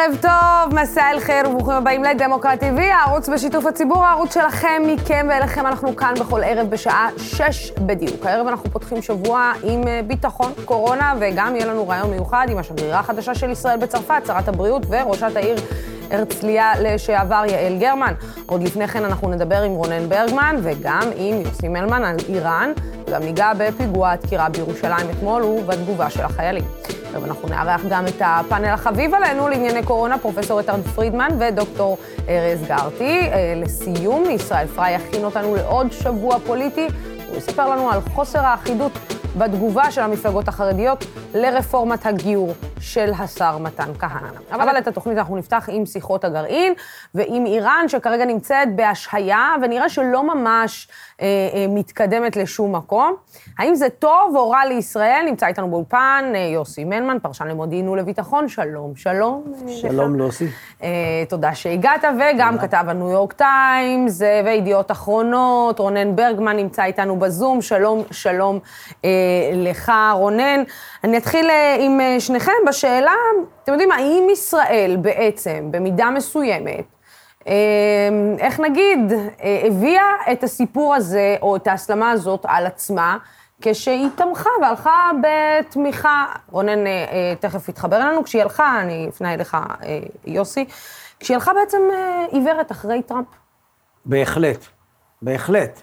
ערב טוב, מסע אל חיר וברוכים הבאים לדמוקרט TV, הערוץ בשיתוף הציבור, הערוץ שלכם, מכם ואליכם. אנחנו כאן בכל ערב בשעה 6 בדיוק. הערב אנחנו פותחים שבוע עם ביטחון, קורונה, וגם יהיה לנו רעיון מיוחד עם השגרירה החדשה של ישראל בצרפת, שרת הבריאות וראשת העיר הרצליה לשעבר יעל גרמן. עוד לפני כן אנחנו נדבר עם רונן ברגמן וגם עם יוסי מלמן על איראן, וגם ניגע בפיגוע הדקירה בירושלים אתמול ובתגובה של החיילים. אנחנו נערך גם את הפאנל החביב עלינו לענייני קורונה, פרופסור איתן פרידמן ודוקטור ארז גרטי. לסיום, ישראל פריי יכין אותנו לעוד שבוע פוליטי, הוא יספר לנו על חוסר האחידות בתגובה של המפלגות החרדיות לרפורמת הגיור של השר מתן כהנא. אבל את התוכנית אנחנו נפתח עם שיחות הגרעין ועם איראן שכרגע נמצאת בהשהיה ונראה שלא ממש מתקדמת לשום מקום. האם זה טוב או רע לישראל? נמצא איתנו באולפן יוסי מלמן, פרשן למודיעין ולביטחון. שלום, שלום. שלום לוסי. תודה שהגעת, וגם כתב הניו יורק טיימס וידיעות אחרונות, רונן ברגמן נמצא איתנו בזום. שלום, שלום לך רונן. אני אתחיל עם שניכם בשאלה, אתם יודעים, האם ישראל בעצם במידה מסוימת, איך נגיד, הביאה את הסיפור הזה או את ההסלמה הזאת על עצמה, כשהיא תמכה והלכה בתמיכה, רונן תכף יתחבר אלינו, כשהיא הלכה, אני אפנה אליך יוסי, כשהיא הלכה בעצם עיוורת אחרי טראמפ. בהחלט, בהחלט.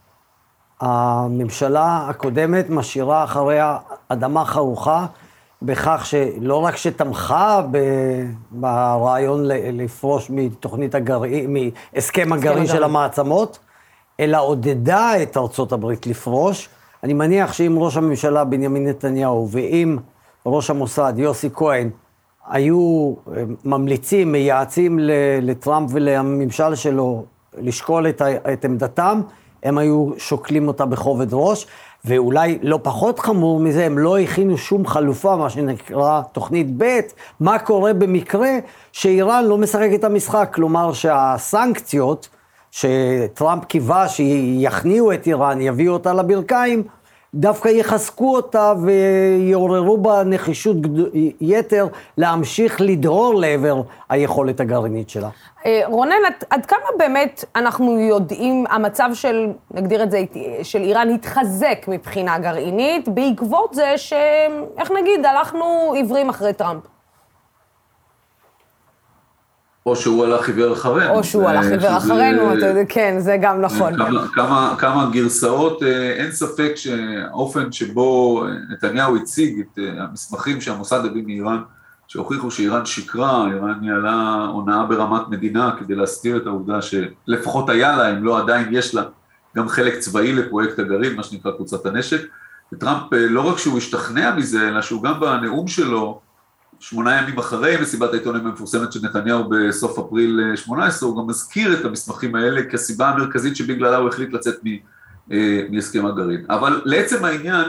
הממשלה הקודמת משאירה אחריה אדמה חרוכה, בכך שלא רק שתמכה ברעיון לפרוש מתוכנית הגרעין, מהסכם הגרעין של המעצמות, אלא עודדה את ארצות הברית לפרוש. אני מניח שאם ראש הממשלה בנימין נתניהו ואם ראש המוסד יוסי כהן היו ממליצים, מייעצים לטראמפ ולממשל שלו לשקול את עמדתם, הם היו שוקלים אותה בכובד ראש, ואולי לא פחות חמור מזה, הם לא הכינו שום חלופה, מה שנקרא תוכנית ב', מה קורה במקרה שאיראן לא משחק את המשחק, כלומר שהסנקציות שטראמפ קיווה שיכניעו את איראן, יביאו אותה לברכיים, דווקא יחזקו אותה ויעוררו בה נחישות יתר להמשיך לדהור לעבר היכולת הגרעינית שלה. רונן, עד כמה באמת אנחנו יודעים, המצב של, נגדיר את זה, של איראן התחזק מבחינה גרעינית, בעקבות זה איך נגיד, הלכנו עיוורים אחרי טראמפ? או שהוא הלך עיוור אחרינו. או שהוא הלך עיוור אחרינו, כן, זה גם נכון. כמה גרסאות, אין ספק שהאופן שבו נתניהו הציג את המסמכים שהמוסד הביא מאיראן, שהוכיחו שאיראן שקרה, איראן ניהלה הונאה ברמת מדינה כדי להסתיר את העובדה שלפחות היה לה, אם לא עדיין יש לה, גם חלק צבאי לפרויקט הגרעין, מה שנקרא קבוצת הנשק. וטראמפ לא רק שהוא השתכנע מזה, אלא שהוא גם בנאום שלו, 8 ימים אחרי מסיבת העיתונאים המפורסמת של נתניהו בסוף אפריל 18, הוא גם מזכיר את המסמכים האלה כסיבה המרכזית שבגללה הוא החליט לצאת מהסכם הגרעין. אבל לעצם העניין,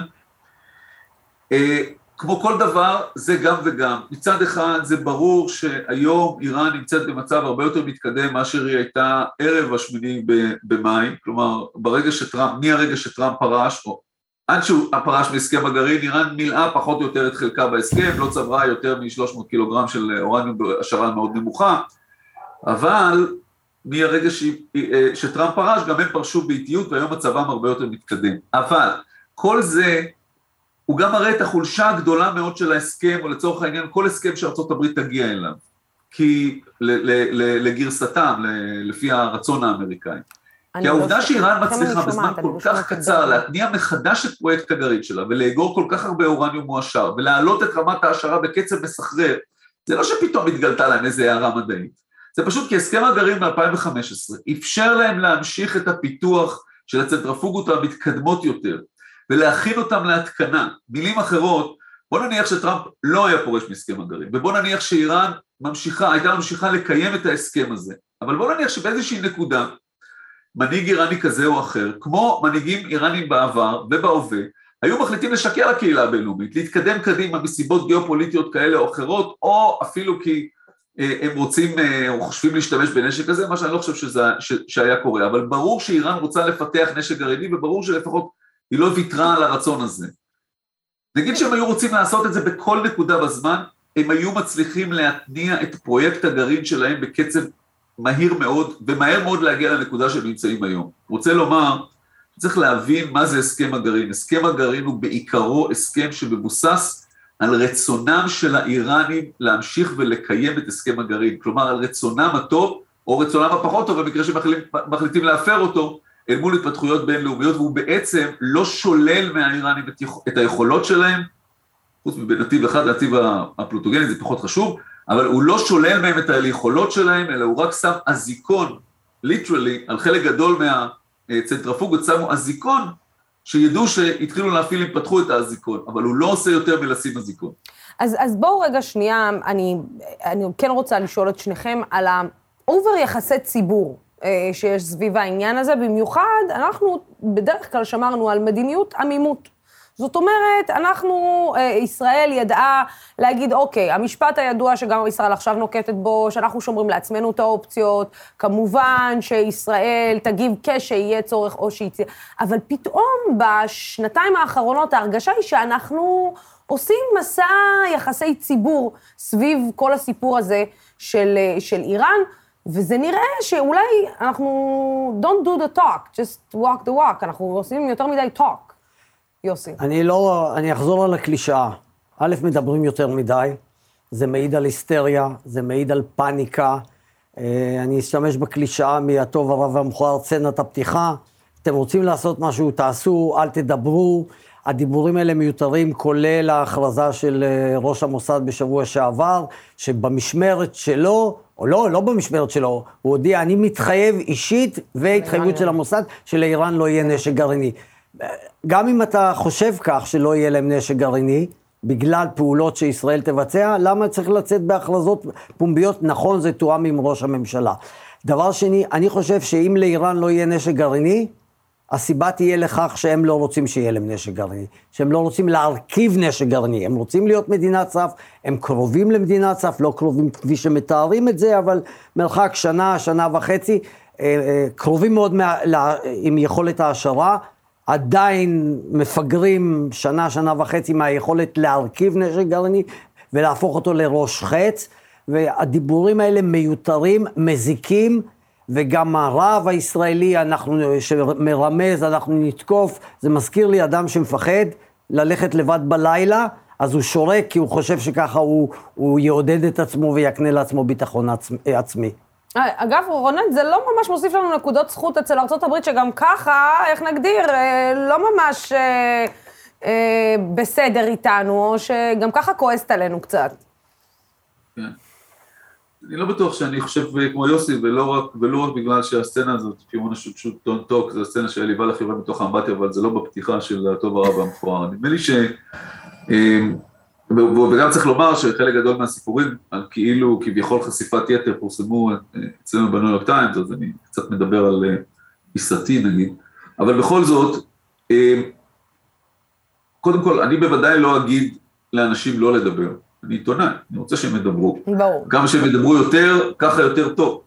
כמו כל דבר, זה גם וגם. מצד אחד זה ברור שהיום איראן נמצאת במצב הרבה יותר מתקדם מאשר היא הייתה ערב השמיני במאי, כלומר מהרגע שטראמפ פרש, או עד שהוא פרש מהסכם הגרעין, איראן מילאה פחות או יותר את חלקה בהסכם, לא צברה יותר מ-300 קילוגרם של אורניום בהשערה מאוד נמוכה, אבל מהרגע שטראמפ פרש, גם הם פרשו באיטיות, והיום מצבם הרבה יותר מתקדם. אבל כל זה, הוא גם מראה את החולשה הגדולה מאוד של ההסכם, או לצורך העניין, כל הסכם שארצות הברית תגיע אליו, כי לגרסתם, לפי הרצון האמריקאי. כי העובדה שאיראן מצליחה בזמן כל כך קצר להתניע מחדש את פרויקט הגרעין שלה, ולאגור כל כך הרבה אורניום מועשר, ולהעלות את רמת ההשערה בקצב מסחרר, זה לא שפתאום התגלתה להם איזה הערה מדעית, זה פשוט כי הסכם הגרעין ב-2015 אפשר להם להמשיך את הפיתוח של הצנטריפוגות המתקדמות יותר, ולהכין אותם להתקנה. מילים אחרות, בוא נניח שטראמפ לא היה פורש מהסכם הגרעין, ובוא נניח שאיראן הייתה ממשיכה לקיים את ההסכם הזה, אבל בוא נניח שבאיזושהי נקודה, מנהיג איראני כזה או אחר, כמו מנהיגים איראנים בעבר ובהווה, היו מחליטים לשקר לקהילה הבינלאומית, להתקדם קדימה מסיבות גיאופוליטיות כאלה או אחרות, או אפילו כי הם רוצים או חושבים להשתמש בנשק הזה, מה שאני לא חושב שהיה קורה, אבל ברור שאיראן רוצה לפתח נשק גרעיני, וברור שלפחות היא לא ויתרה על הרצון הזה. נגיד שהם היו רוצים לעשות את זה בכל נקודה בזמן, הם היו מצליחים להתניע את פרויקט הגרעין שלהם בקצב מהיר מאוד, ומהר מאוד להגיע לנקודה שהם נמצאים היום. רוצה לומר, צריך להבין מה זה הסכם הגרעין. הסכם הגרעין הוא בעיקרו הסכם שמבוסס על רצונם של האיראנים להמשיך ולקיים את הסכם הגרעין, כלומר על רצונם הטוב, או רצונם הפחות טוב, במקרה שמחליטים להפר אותו, אל מול התפתחויות בינלאומיות, והוא בעצם לא שולל מהאיראנים את היכולות שלהם, חוץ מבנתיב אחד, נתיב הפלוטוגני, זה פחות חשוב, אבל הוא לא שולל מהם את היכולות שלהם, אלא הוא רק שם אזיקון, ליטרלי, על חלק גדול מהצנטרפוגות שמו אזיקון, שידעו שהתחילו להפעיל, אם פתחו את האזיקון, אבל הוא לא עושה יותר מלשים אזיקון. אז בואו רגע שנייה, אני כן רוצה לשאול את שניכם על האובר יחסי ציבור שיש סביב העניין הזה, במיוחד אנחנו בדרך כלל שמרנו על מדיניות עמימות. זאת אומרת, ישראל ידעה להגיד, אוקיי, המשפט הידוע שגם ישראל עכשיו נוקטת בו, שאנחנו שומרים לעצמנו את האופציות, כמובן שישראל תגיב כשיהיה צורך או שיצא, אבל פתאום בשנתיים האחרונות ההרגשה היא שאנחנו עושים מסע יחסי ציבור סביב כל הסיפור הזה של איראן, וזה נראה שאולי אנחנו don't do the talk, just walk the walk, אנחנו עושים יותר מדי talk. יוסי. אני אחזור על הקלישאה. א', מדברים יותר מדי, זה מעיד על היסטריה, זה מעיד על פאניקה, אני אשתמש בקלישאה מהטוב הרב והמכוער, סצנת הפתיחה, אתם רוצים לעשות משהו, תעשו, אל תדברו, הדיבורים האלה מיותרים, כולל ההכרזה של ראש המוסד בשבוע שעבר, שבמשמרת שלו, או לא במשמרת שלו, הוא הודיע, אני מתחייב אישית, והתחייבות של המוסד, שלאיראן לא יהיה נשק גרעיני. גם אם אתה חושב כך שלא יהיה להם נשק גרעיני, בגלל פעולות שישראל תבצע, למה צריך לצאת בהכרזות פומביות? נכון, זה תואם עם ראש הממשלה. דבר שני, אני חושב שאם לאיראן לא יהיה נשק גרעיני, הסיבה תהיה לכך שהם לא רוצים שיהיה להם נשק גרעיני, שהם לא רוצים להרכיב נשק גרעיני, הם רוצים להיות מדינת סף, הם קרובים למדינת סף, לא קרובים כפי שמתארים את זה, אבל מרחק שנה וחצי, קרובים מאוד עם יכולת ההשערה, עדיין מפגרים שנה וחצי מהיכולת להרכיב נשק גרעיני ולהפוך אותו לראש חץ, והדיבורים האלה מיותרים, מזיקים, וגם הרב הישראלי שמרמז, אנחנו נתקוף, זה מזכיר לי אדם שמפחד ללכת לבד בלילה, אז הוא שורק כי הוא חושב שככה הוא יעודד את עצמו ויקנה לעצמו ביטחון עצמי. אגב, רונן, זה לא ממש מוסיף לנו נקודות זכות אצל ארצות הברית, שגם ככה, איך נגדיר, לא ממש בסדר איתנו, או שגם ככה כועסת עלינו קצת. כן. אני לא בטוח שאני חושב כמו יוסי, ולא רק בגלל שהסצנה הזאת, פימונה שוט טון טוק, זו הסצנה שהליבה לחברה מתוך האמבטיה, אבל זה לא בפתיחה של הטוב הרב והמכוער. נדמה לי וגם צריך לומר שחלק גדול מהסיפורים, על כאילו כביכול חשיפת יתר, פורסמו אצלנו בניו יורק טיימס, אז אני קצת מדבר על עיסתי נגיד, אבל בכל זאת, קודם כל, אני בוודאי לא אגיד לאנשים לא לדבר, אני עיתונאי, אני רוצה שהם ידברו. ברור. כמה שהם ידברו יותר, ככה יותר טוב.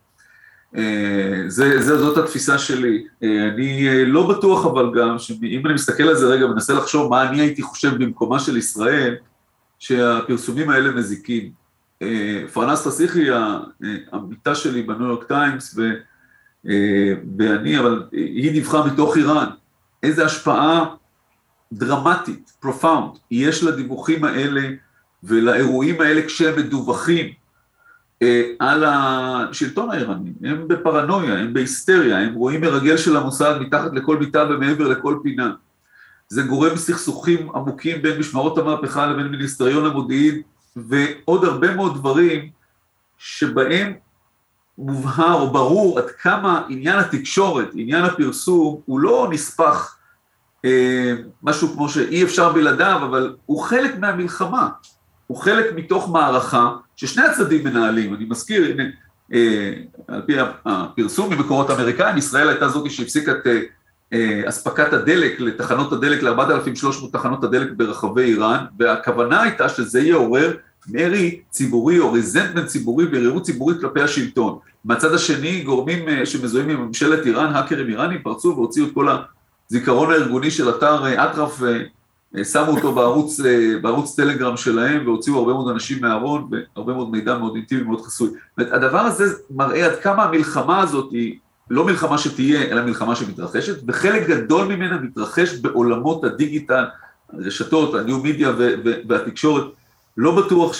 זאת התפיסה שלי. אני לא בטוח אבל גם, שאם אני מסתכל על זה רגע, מנסה לחשוב מה אני הייתי חושב במקומה של ישראל, שהפרסומים האלה מזיקים. פרנס חסיכי, העמיתה שלי בניו יורק טיימס, ואני, אבל היא דיווחה מתוך איראן, איזו השפעה דרמטית, profound, יש לדיווחים האלה, ולאירועים האלה כשהם מדווחים על השלטון האיראני, הם בפרנויה, הם בהיסטריה, הם רואים מרגל של המוסד מתחת לכל ביטה ומעבר לכל פינה. זה גורם סכסוכים עמוקים בין משמרות המהפכה לבין מיניסטריון המודיעין, ועוד הרבה מאוד דברים שבהם מובהר או ברור עד כמה עניין התקשורת, עניין הפרסום, הוא לא נספח משהו כמו שאי אפשר בלעדיו, אבל הוא חלק מהמלחמה, הוא חלק מתוך מערכה ששני הצדדים מנהלים. אני מזכיר, הנה, על פי הפרסום ממקורות אמריקאים, ישראל הייתה זאת שהפסיקה את אספקת הדלק לתחנות הדלק, ל-4,300 תחנות הדלק ברחבי איראן, והכוונה הייתה שזה יעורר מרי ציבורי או ריזנטמנט ציבורי וערערות ציבורית כלפי השלטון. מהצד השני, גורמים שמזוהים עם ממשלת איראן, האקרים איראנים, פרצו והוציאו את כל הזיכרון הארגוני של אתר אטרף שמו אותו בערוץ טלגרם שלהם, והוציאו הרבה מאוד אנשים מהארון, והרבה מאוד מידע מאוד אינטימי, מאוד חסוי. הדבר הזה מראה עד כמה המלחמה הזאת היא לא מלחמה שתהיה, אלא מלחמה שמתרחשת, וחלק גדול ממנה מתרחש בעולמות הדיגיטל, הרשתות, הניו מדיה והתקשורת. לא בטוח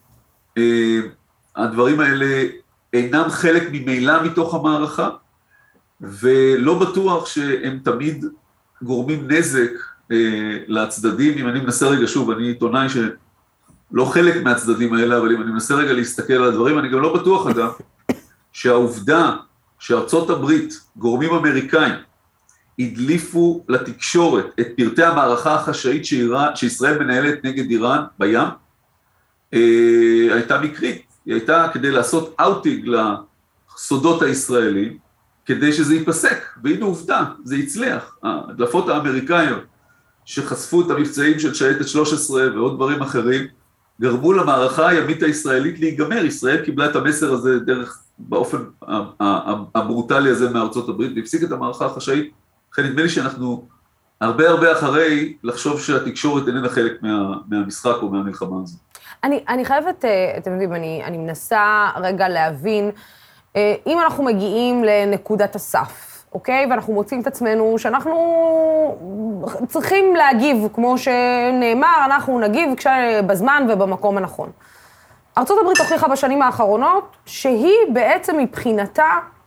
שהדברים האלה אינם חלק ממילא מתוך המערכה, ולא בטוח שהם תמיד גורמים נזק לצדדים. אם אני מנסה רגע, שוב, אני עיתונאי שלא חלק מהצדדים האלה, אבל אם אני מנסה רגע להסתכל על הדברים, אני גם לא בטוח אגב, שהעובדה שארצות הברית, גורמים אמריקאים, הדליפו לתקשורת את פרטי המערכה החשאית שישראל מנהלת נגד איראן בים, הייתה מקרית. היא הייתה כדי לעשות אאוטינג לסודות הישראלים, כדי שזה ייפסק, והנה עובדה, זה הצליח. הדלפות האמריקאיות שחשפו את המבצעים של שייטת 13 ועוד דברים אחרים, גרמו למערכה הימית הישראלית להיגמר. ישראל קיבלה את המסר הזה באופן הברוטלי הזה מארצות הברית, והפסיק את המערכה החשאית. לכן נדמה לי שאנחנו הרבה אחרי לחשוב שהתקשורת איננה חלק מהמשחק או מהמלחמה הזו. אני חייבת, אתם יודעים, אני מנסה רגע להבין, אם אנחנו מגיעים לנקודת הסף, אוקיי? ואנחנו מוצאים את עצמנו שאנחנו צריכים להגיב, כמו שנאמר, אנחנו נגיב בזמן ובמקום הנכון. ארצות הברית הוכיחה בשנים האחרונות שהיא בעצם מבחינתה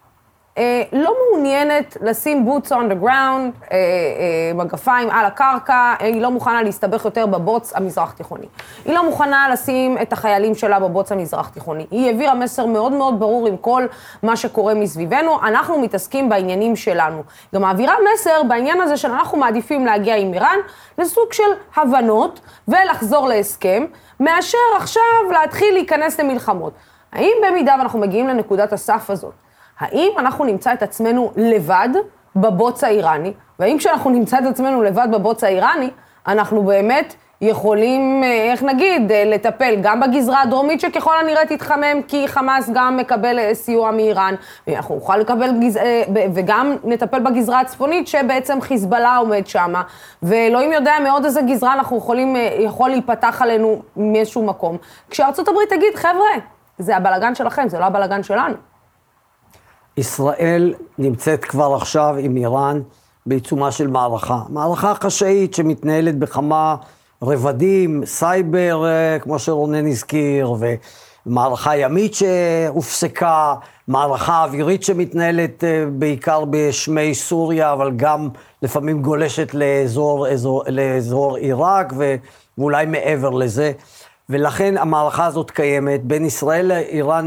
לא מעוניינת לשים boots on the ground, מגפיים על הקרקע, היא לא מוכנה להסתבך יותר בבוץ המזרח תיכוני. היא לא מוכנה לשים את החיילים שלה בבוץ המזרח תיכוני. היא העבירה מסר מאוד מאוד ברור עם כל מה שקורה מסביבנו, אנחנו מתעסקים בעניינים שלנו. גם מעבירה מסר בעניין הזה שאנחנו מעדיפים להגיע עם איראן לסוג של הבנות ולחזור להסכם, מאשר עכשיו להתחיל להיכנס למלחמות. האם במידה ואנחנו מגיעים לנקודת הסף הזאת, האם אנחנו נמצא את עצמנו לבד בבוץ האיראני, והאם כשאנחנו נמצא את עצמנו לבד בבוץ האיראני, אנחנו באמת יכולים, איך נגיד, לטפל גם בגזרה הדרומית שככל הנראה תתחמם, כי חמאס גם מקבל סיוע מאיראן, ואנחנו נוכל לקבל, וגם נטפל בגזרה הצפונית שבעצם חיזבאללה עומד שמה, ואלוהים יודע מאוד איזה גזרה אנחנו יכול להיפתח עלינו מאיזשהו מקום. כשארצות הברית תגיד, חבר'ה, זה הבלגן שלכם, זה לא הבלגן שלנו. ישראל נמצאת כבר עכשיו עם איראן בעיצומה של מערכה חשאית שמתנהלת בכמה רבדים, סייבר, כמו שרונן הזכיר, ומערכה ימית שהופסקה, מערכה אווירית שמתנהלת בעיקר בשמי סוריה, אבל גם לפעמים גולשת לאזור עיראק ואולי מעבר לזה. ולכן המערכה הזאת קיימת, בין ישראל לאיראן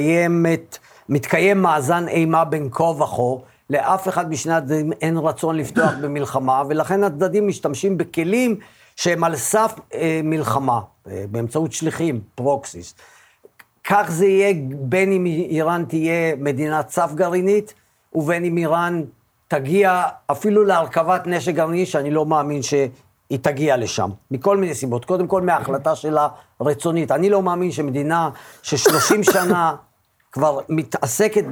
מתקיים מאזן אימה בין כה וכה, לאף אחד משני הצדדים אין רצון לפתוח במלחמה, ולכן הצדדים משתמשים בכלים שהם על סף מלחמה, באמצעות שליחים, פרוקסיס. כך זה יהיה בין אם איראן תהיה מדינת סף גרעינית, ובין אם איראן תגיע אפילו להרכבת נשק גרעיני, שאני לא מאמין שהיא תגיע לשם, מכל מיני סיבות. קודם כל מההחלטה שלה רצונית. אני לא מאמין שמדינה ש30 שנה כבר מתעסקת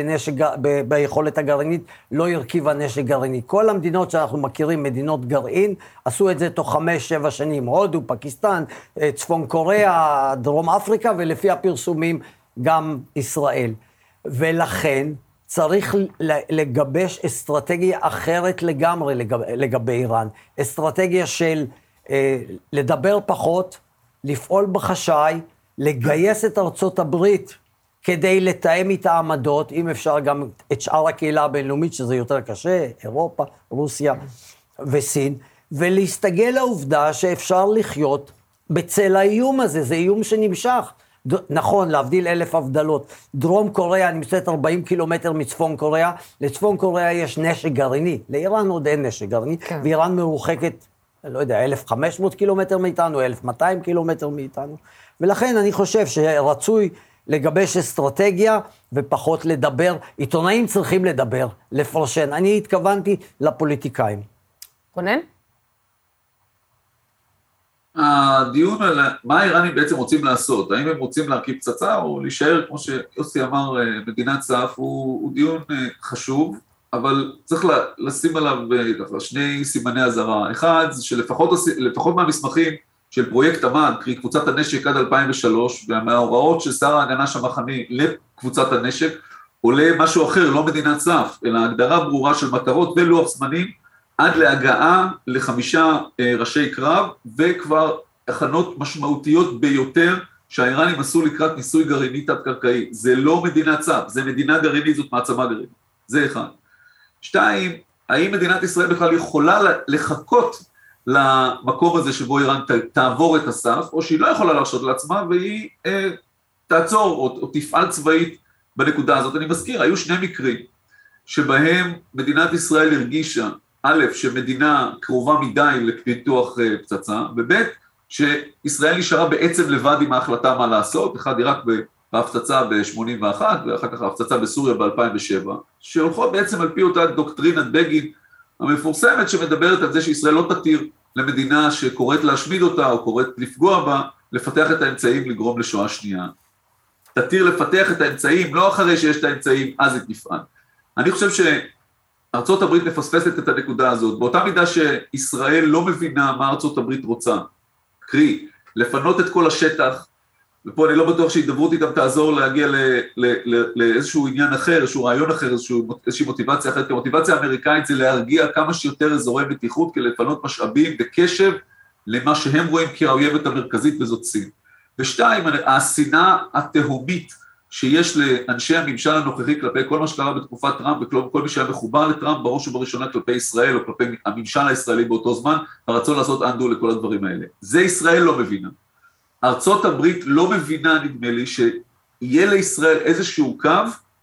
ביכולת הגרעינית, לא הרכיבה נשק גרעיני. כל המדינות שאנחנו מכירים, מדינות גרעין, עשו את זה תוך 5-7 שנים. הודו, פקיסטן, צפון קוריאה, דרום אפריקה, ולפי הפרסומים גם ישראל. ולכן צריך לגבש אסטרטגיה אחרת לגמרי לגבי איראן. אסטרטגיה של לדבר פחות, לפעול בחשאי, לגייס את ארצות הברית, כדי לתאם איתה עמדות, אם אפשר גם את שאר הקהילה הבינלאומית, שזה יותר קשה, אירופה, רוסיה וסין, ולהסתגל לעובדה שאפשר לחיות בצל האיום הזה, זה איום שנמשך. נכון, להבדיל 1000 הבדלות. דרום קוריאה נמצאת 40 קילומטר מצפון קוריאה, לצפון קוריאה יש נשק גרעיני, לאיראן עוד אין נשק גרעיני, כן. ואיראן מרוחקת, לא יודע, 1500 קילומטר מאיתנו, 1200 קילומטר מאיתנו, ולכן אני חושב שרצוי לגבש אסטרטגיה ופחות לדבר. עיתונאים צריכים לדבר, לפרשן. אני התכוונתי לפוליטיקאים. רונן? הדיון על מה האיראנים בעצם רוצים לעשות, האם הם רוצים להרכיב פצצה או להישאר, כמו שיוסי אמר, מדינת סף, הוא דיון חשוב. אבל צריך לשים עליו שני סימני אזהרה. אחד, זה שלפחות מהמסמכים של פרויקט המד, קרי קבוצת הנשק עד 2003, ומההוראות של שר ההגנה שמחני לקבוצת הנשק, עולה משהו אחר, לא מדינת סף, אלא הגדרה ברורה של מטרות ולוח זמנים, עד להגעה ל5 ראשי קרב, וכבר הכנות משמעותיות ביותר, שהאיראנים עשו לקראת ניסוי גרעיני תת-קרקעי. זה לא מדינת סף, זה מדינה גרעינית, זאת מעצמה גרעינית. זה אחד. 2, האם מדינת ישראל בכלל יכולה לחכות למקום הזה שבו איראן תעבור את הסף, או שהיא לא יכולה להרשות לעצמה, והיא תעצור או תפעל צבאית בנקודה הזאת. אני מזכיר, היו 2 מקרים שבהם מדינת ישראל הרגישה, א', שמדינה קרובה מדי לפיתוח פצצה, וב', שישראל נשארה בעצם לבד עם ההחלטה מה לעשות, אחד עיראק בהפצצה ב-81, ואחר כך ההפצצה בסוריה ב-2007, שהולכות בעצם על פי אותה דוקטרינת בגין המפורסמת, שמדברת על זה שישראל לא תתיר למדינה שקוראת להשמיד אותה, או קוראת לפגוע בה, לפתח את האמצעים לגרום לשואה שנייה. תתיר לפתח את האמצעים, לא אחרי שיש את האמצעים, אז היא תפעל. אני חושב שארצות הברית מפספסת את הנקודה הזאת, באותה מידה שישראל לא מבינה מה ארצות הברית רוצה, קרי, לפנות את כל השטח, ופה אני לא בטוח שהידברות איתם תעזור להגיע לאיזשהו עניין אחר, איזשהו רעיון אחר, איזושהי מוטיבציה אחרת, כי המוטיבציה האמריקאית זה להרגיע כמה שיותר אזורי מתיחות, כדי לפנות משאבים בקשב למה שהם רואים כאויבת המרכזית, וזאת סין. ו2, השנאה התהומית שיש לאנשי הממשל הנוכחי כלפי כל מה שקרה בתקופת טראמפ, וכל מי שהיה מחובר לטראמפ, בראש ובראשונה כלפי ישראל, או כלפי הממשל הישראלי באותו זמן, הרצון לעשות אנדו לכל הדברים האלה. זה ישראל לא מבינה. ארצות הברית לא מבינה, נדמה לי, שיהיה לישראל איזשהו קו,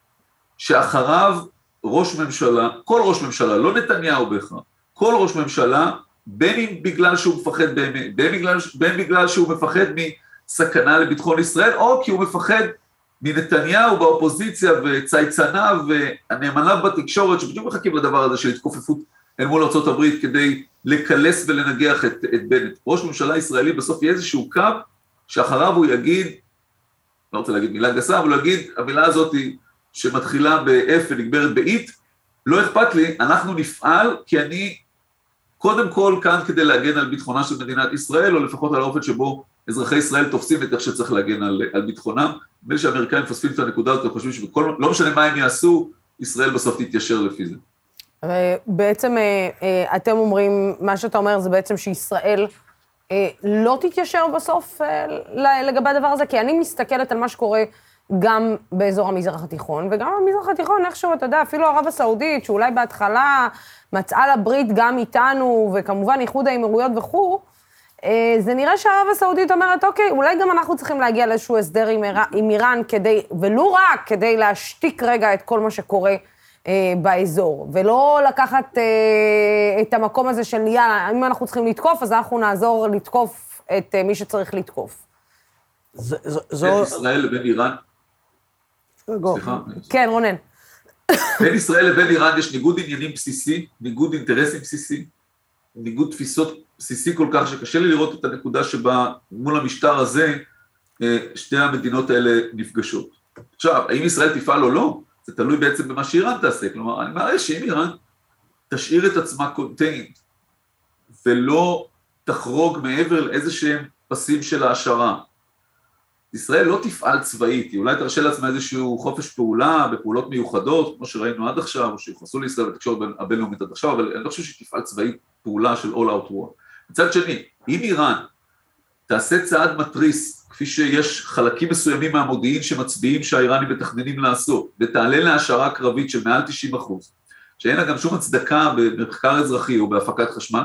שאחריו ראש ממשלה, כל ראש ממשלה, לא נתניהו בהכרח, כל ראש ממשלה, בין אם בגלל שהוא מפחד באמת, בין בגלל שהוא מפחד מסכנה לביטחון ישראל, או כי הוא מפחד מנתניהו באופוזיציה וצייצניו והנאמניו בתקשורת, שבדיוק מחכים לדבר הזה של התכופפות אל מול ארצות הברית, כדי לקלס ולנגח את בנט. ראש ממשלה ישראלי בסוף יהיה איזשהו קו, שאחריו הוא יגיד, לא רוצה להגיד מילה גסה, אבל הוא יגיד, המילה הזאת שמתחילה ב-F ונגברת ב-IT, לא אכפת לי, אנחנו נפעל, כי אני קודם כל כאן כדי להגן על ביטחונה של מדינת ישראל, או לפחות על האופן שבו אזרחי ישראל תופסים את איך שצריך להגן על ביטחונם. נדמה לי שהאמריקאים מפספסים את הנקודה הזאת, חושבים שלא משנה מה הם יעשו, ישראל בסוף תתיישר לפי זה. בעצם אתם אומרים, מה שאתה אומר זה בעצם שישראל לא תתיישר בסוף לגבי הדבר הזה, כי אני מסתכלת על מה שקורה גם באזור המזרח התיכון, וגם במזרח התיכון איכשהו, אתה יודע, אפילו ערב הסעודית, שאולי בהתחלה מצאה לברית גם איתנו, וכמובן איחוד האמירויות וכו', זה נראה שערב הסעודית אומרת, אוקיי, אולי גם אנחנו צריכים להגיע לאיזשהו הסדר עם איראן, ולא רק כדי להשתיק רגע את כל מה שקורה באזור, ולא לקחת את המקום הזה של יאללה, אם אנחנו צריכים לתקוף, אז אנחנו נעזור לתקוף את מי שצריך לתקוף. בין ישראל לבין איראן? סליחה. כן, רונן. בין ישראל לבין איראן יש ניגוד עניינים בסיסי, ניגוד אינטרסים בסיסי, ניגוד תפיסות בסיסי כל כך, שקשה לי לראות את הנקודה שבה מול המשטר הזה, שתי המדינות האלה נפגשות. עכשיו, האם ישראל תפעל או לא? זה תלוי בעצם במה שאיראן תעשה, כלומר, אני מעריך שאם איראן תשאיר את עצמה קונטיינד, ולא תחרוג מעבר לאיזה שהם פסים של ההשערה, ישראל לא תפעל צבאית, היא אולי תרשה לעצמה איזשהו חופש פעולה, בפעולות מיוחדות, כמו שראינו עד עכשיו, או שיוחסו לישראל בתקשורת הבינלאומית עד עכשיו, אבל אני לא חושב שהיא תפעל צבאית פעולה של all out war. מצד שני, אם איראן תעשה צעד מטריס, כפי שיש חלקים מסוימים מהמודיעין שמצביעים שהאיראנים מתכננים לעשות, ותעלה להשערה קרבית של מעל 90%, שאין לה גם שום הצדקה במחקר אזרחי או בהפקת חשמל,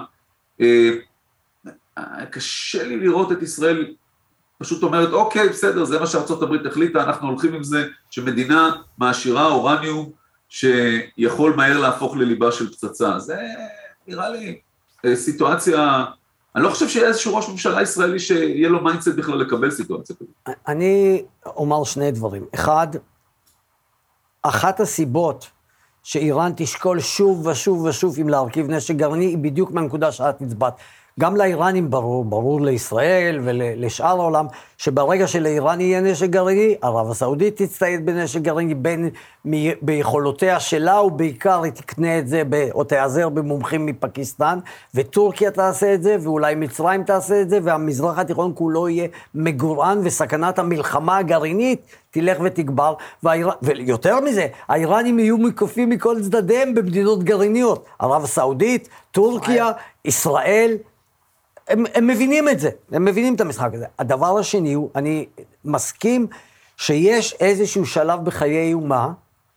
קשה לי לראות את ישראל פשוט אומרת, אוקיי, בסדר, זה מה שארצות הברית החליטה, אנחנו הולכים עם זה, שמדינה מעשירה אורניום, שיכול מהר להפוך לליבה של פצצה. זה נראה לי סיטואציה, אני לא חושב שיהיה איזשהו ראש ממשלה ישראלי שיהיה לו מיינדסט בכלל לקבל סיטואציה כזאת. אני אומר שני דברים. אחד, אחת הסיבות שאיראן תשקול שוב ושוב ושוב אם להרכיב נשק גרעיני, היא בדיוק מהנקודה שאת הצבעת. גם לאיראנים ברור לישראל ולשאר העולם, שברגע שלאיראן יהיה נשק גרעיני, ערב הסעודית תצטייד בנשק גרעיני, בין ביכולותיה שלה, ובעיקר היא תקנה את זה, או תעזר במומחים מפקיסטן, וטורקיה תעשה את זה, ואולי מצרים תעשה את זה, והמזרח התיכון כולו יהיה מגורען, וסכנת המלחמה הגרעינית תלך ותגבר, ויותר מזה, האיראנים יהיו מוקפים מכל צדדיהם במדינות גרעיניות, ערב הסעודית, טורקיה, ישראל, הם מבינים את זה, הם מבינים את המשחק הזה. הדבר השני הוא, אני מסכים שיש איזשהו שלב בחיי אומה,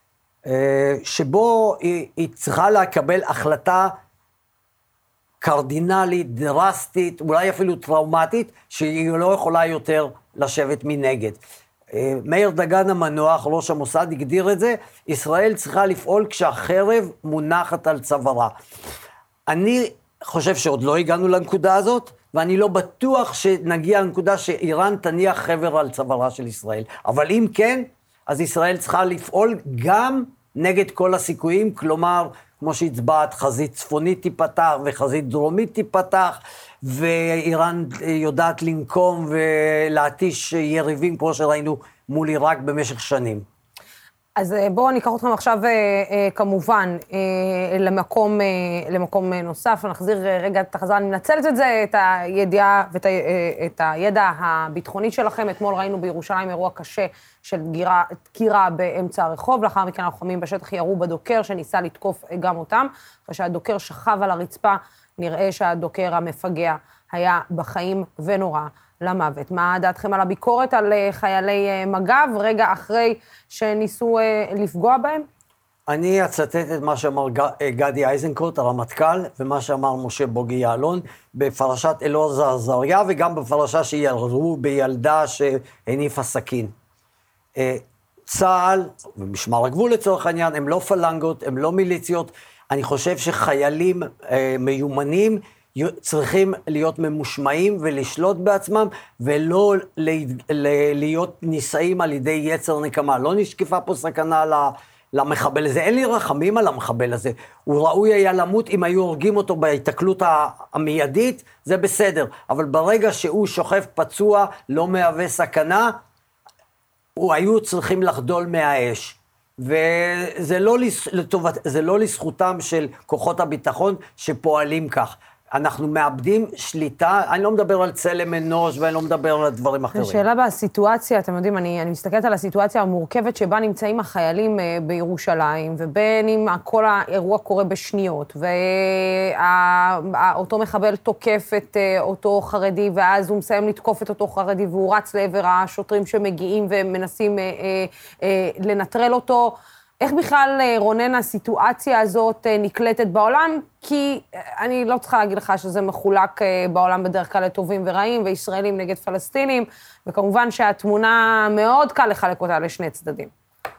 שבו היא צריכה לקבל החלטה קרדינלית, דרסטית, אולי אפילו טראומטית, שהיא לא יכולה יותר לשבת מנגד. מאיר דגן המנוח, ראש המוסד, הגדיר את זה, ישראל צריכה לפעול כשהחרב מונחת על צווארה. אני חושב שעוד לא הגענו לנקודה הזאת, ואני לא בטוח שנגיע לנקודה שאיראן תניח חבר על צווארה של ישראל. אבל אם כן, אז ישראל צריכה לפעול גם נגד כל הסיכויים, כלומר, כמו שהצבעת, חזית צפונית תיפתח וחזית דרומית תיפתח, ואיראן יודעת לנקום ולהטיש יריבים כמו שראינו מול עיראק במשך שנים. אז בואו ניקח אתכם עכשיו כמובן למקום נוסף, נחזיר רגע את החזרה, אני מנצלת את זה, את הידיעה ואת הידע הביטחוני שלכם. אתמול ראינו בירושלים אירוע קשה של דקירה באמצע הרחוב, לאחר מכן הלוחמים בשטח ירו בדוקר שניסה לתקוף גם אותם, אחרי שהדוקר שכב על הרצפה, נראה שהדוקר המפגע היה בחיים ונורא למוות. מה דעתכם על הביקורת על חיילי מג"ב, רגע אחרי שניסו לפגוע בהם? אני אצטט את מה שאמר גדי איזנקוט, הרמטכ"ל, ומה שאמר משה בוגי יעלון, בפרשת אלעזר עזריה, וגם בפרשה שירו בילדה שהניפה סכין. צה"ל ומשמר הגבול לצורך העניין, הם לא פלנגות, הם לא מיליציות. אני חושב שחיילים מיומנים צריכים להיות ממושמעים ולשלוט בעצמם, ולא להיות נישאים על ידי יצר נקמה. לא נשקפה פה סכנה למחבל הזה. אין לי רחמים על המחבל הזה. הוא ראוי היה למות אם היו הורגים אותו בהתקלות המיידית, זה בסדר. אבל ברגע שהוא שוכב פצוע, לא מהווה סכנה, היו צריכים לחדול מהאש. וזה לא לזכותם של כוחות הביטחון שפועלים כך. אנחנו מאבדים שליטה, אני לא מדבר על צלם אנוש, ואני לא מדבר על דברים אחרים. שאלה בסיטואציה, אתם יודעים, אני מסתכלת על הסיטואציה המורכבת שבה נמצאים החיילים בירושלים, ובין אם כל האירוע קורה בשניות, ואותו מחבל תוקף את אותו חרדי, ואז הוא מסיים לתקוף את אותו חרדי, והוא רץ לעבר השוטרים שמגיעים ומנסים לנטרל אותו. איך בכלל, רונן, הסיטואציה הזאת נקלטת בעולם? כי אני לא צריכה להגיד לך שזה מחולק בעולם בדרך כלל לטובים ורעים, וישראלים נגד פלסטינים, וכמובן שהתמונה מאוד קל לחלק אותה לשני צדדים.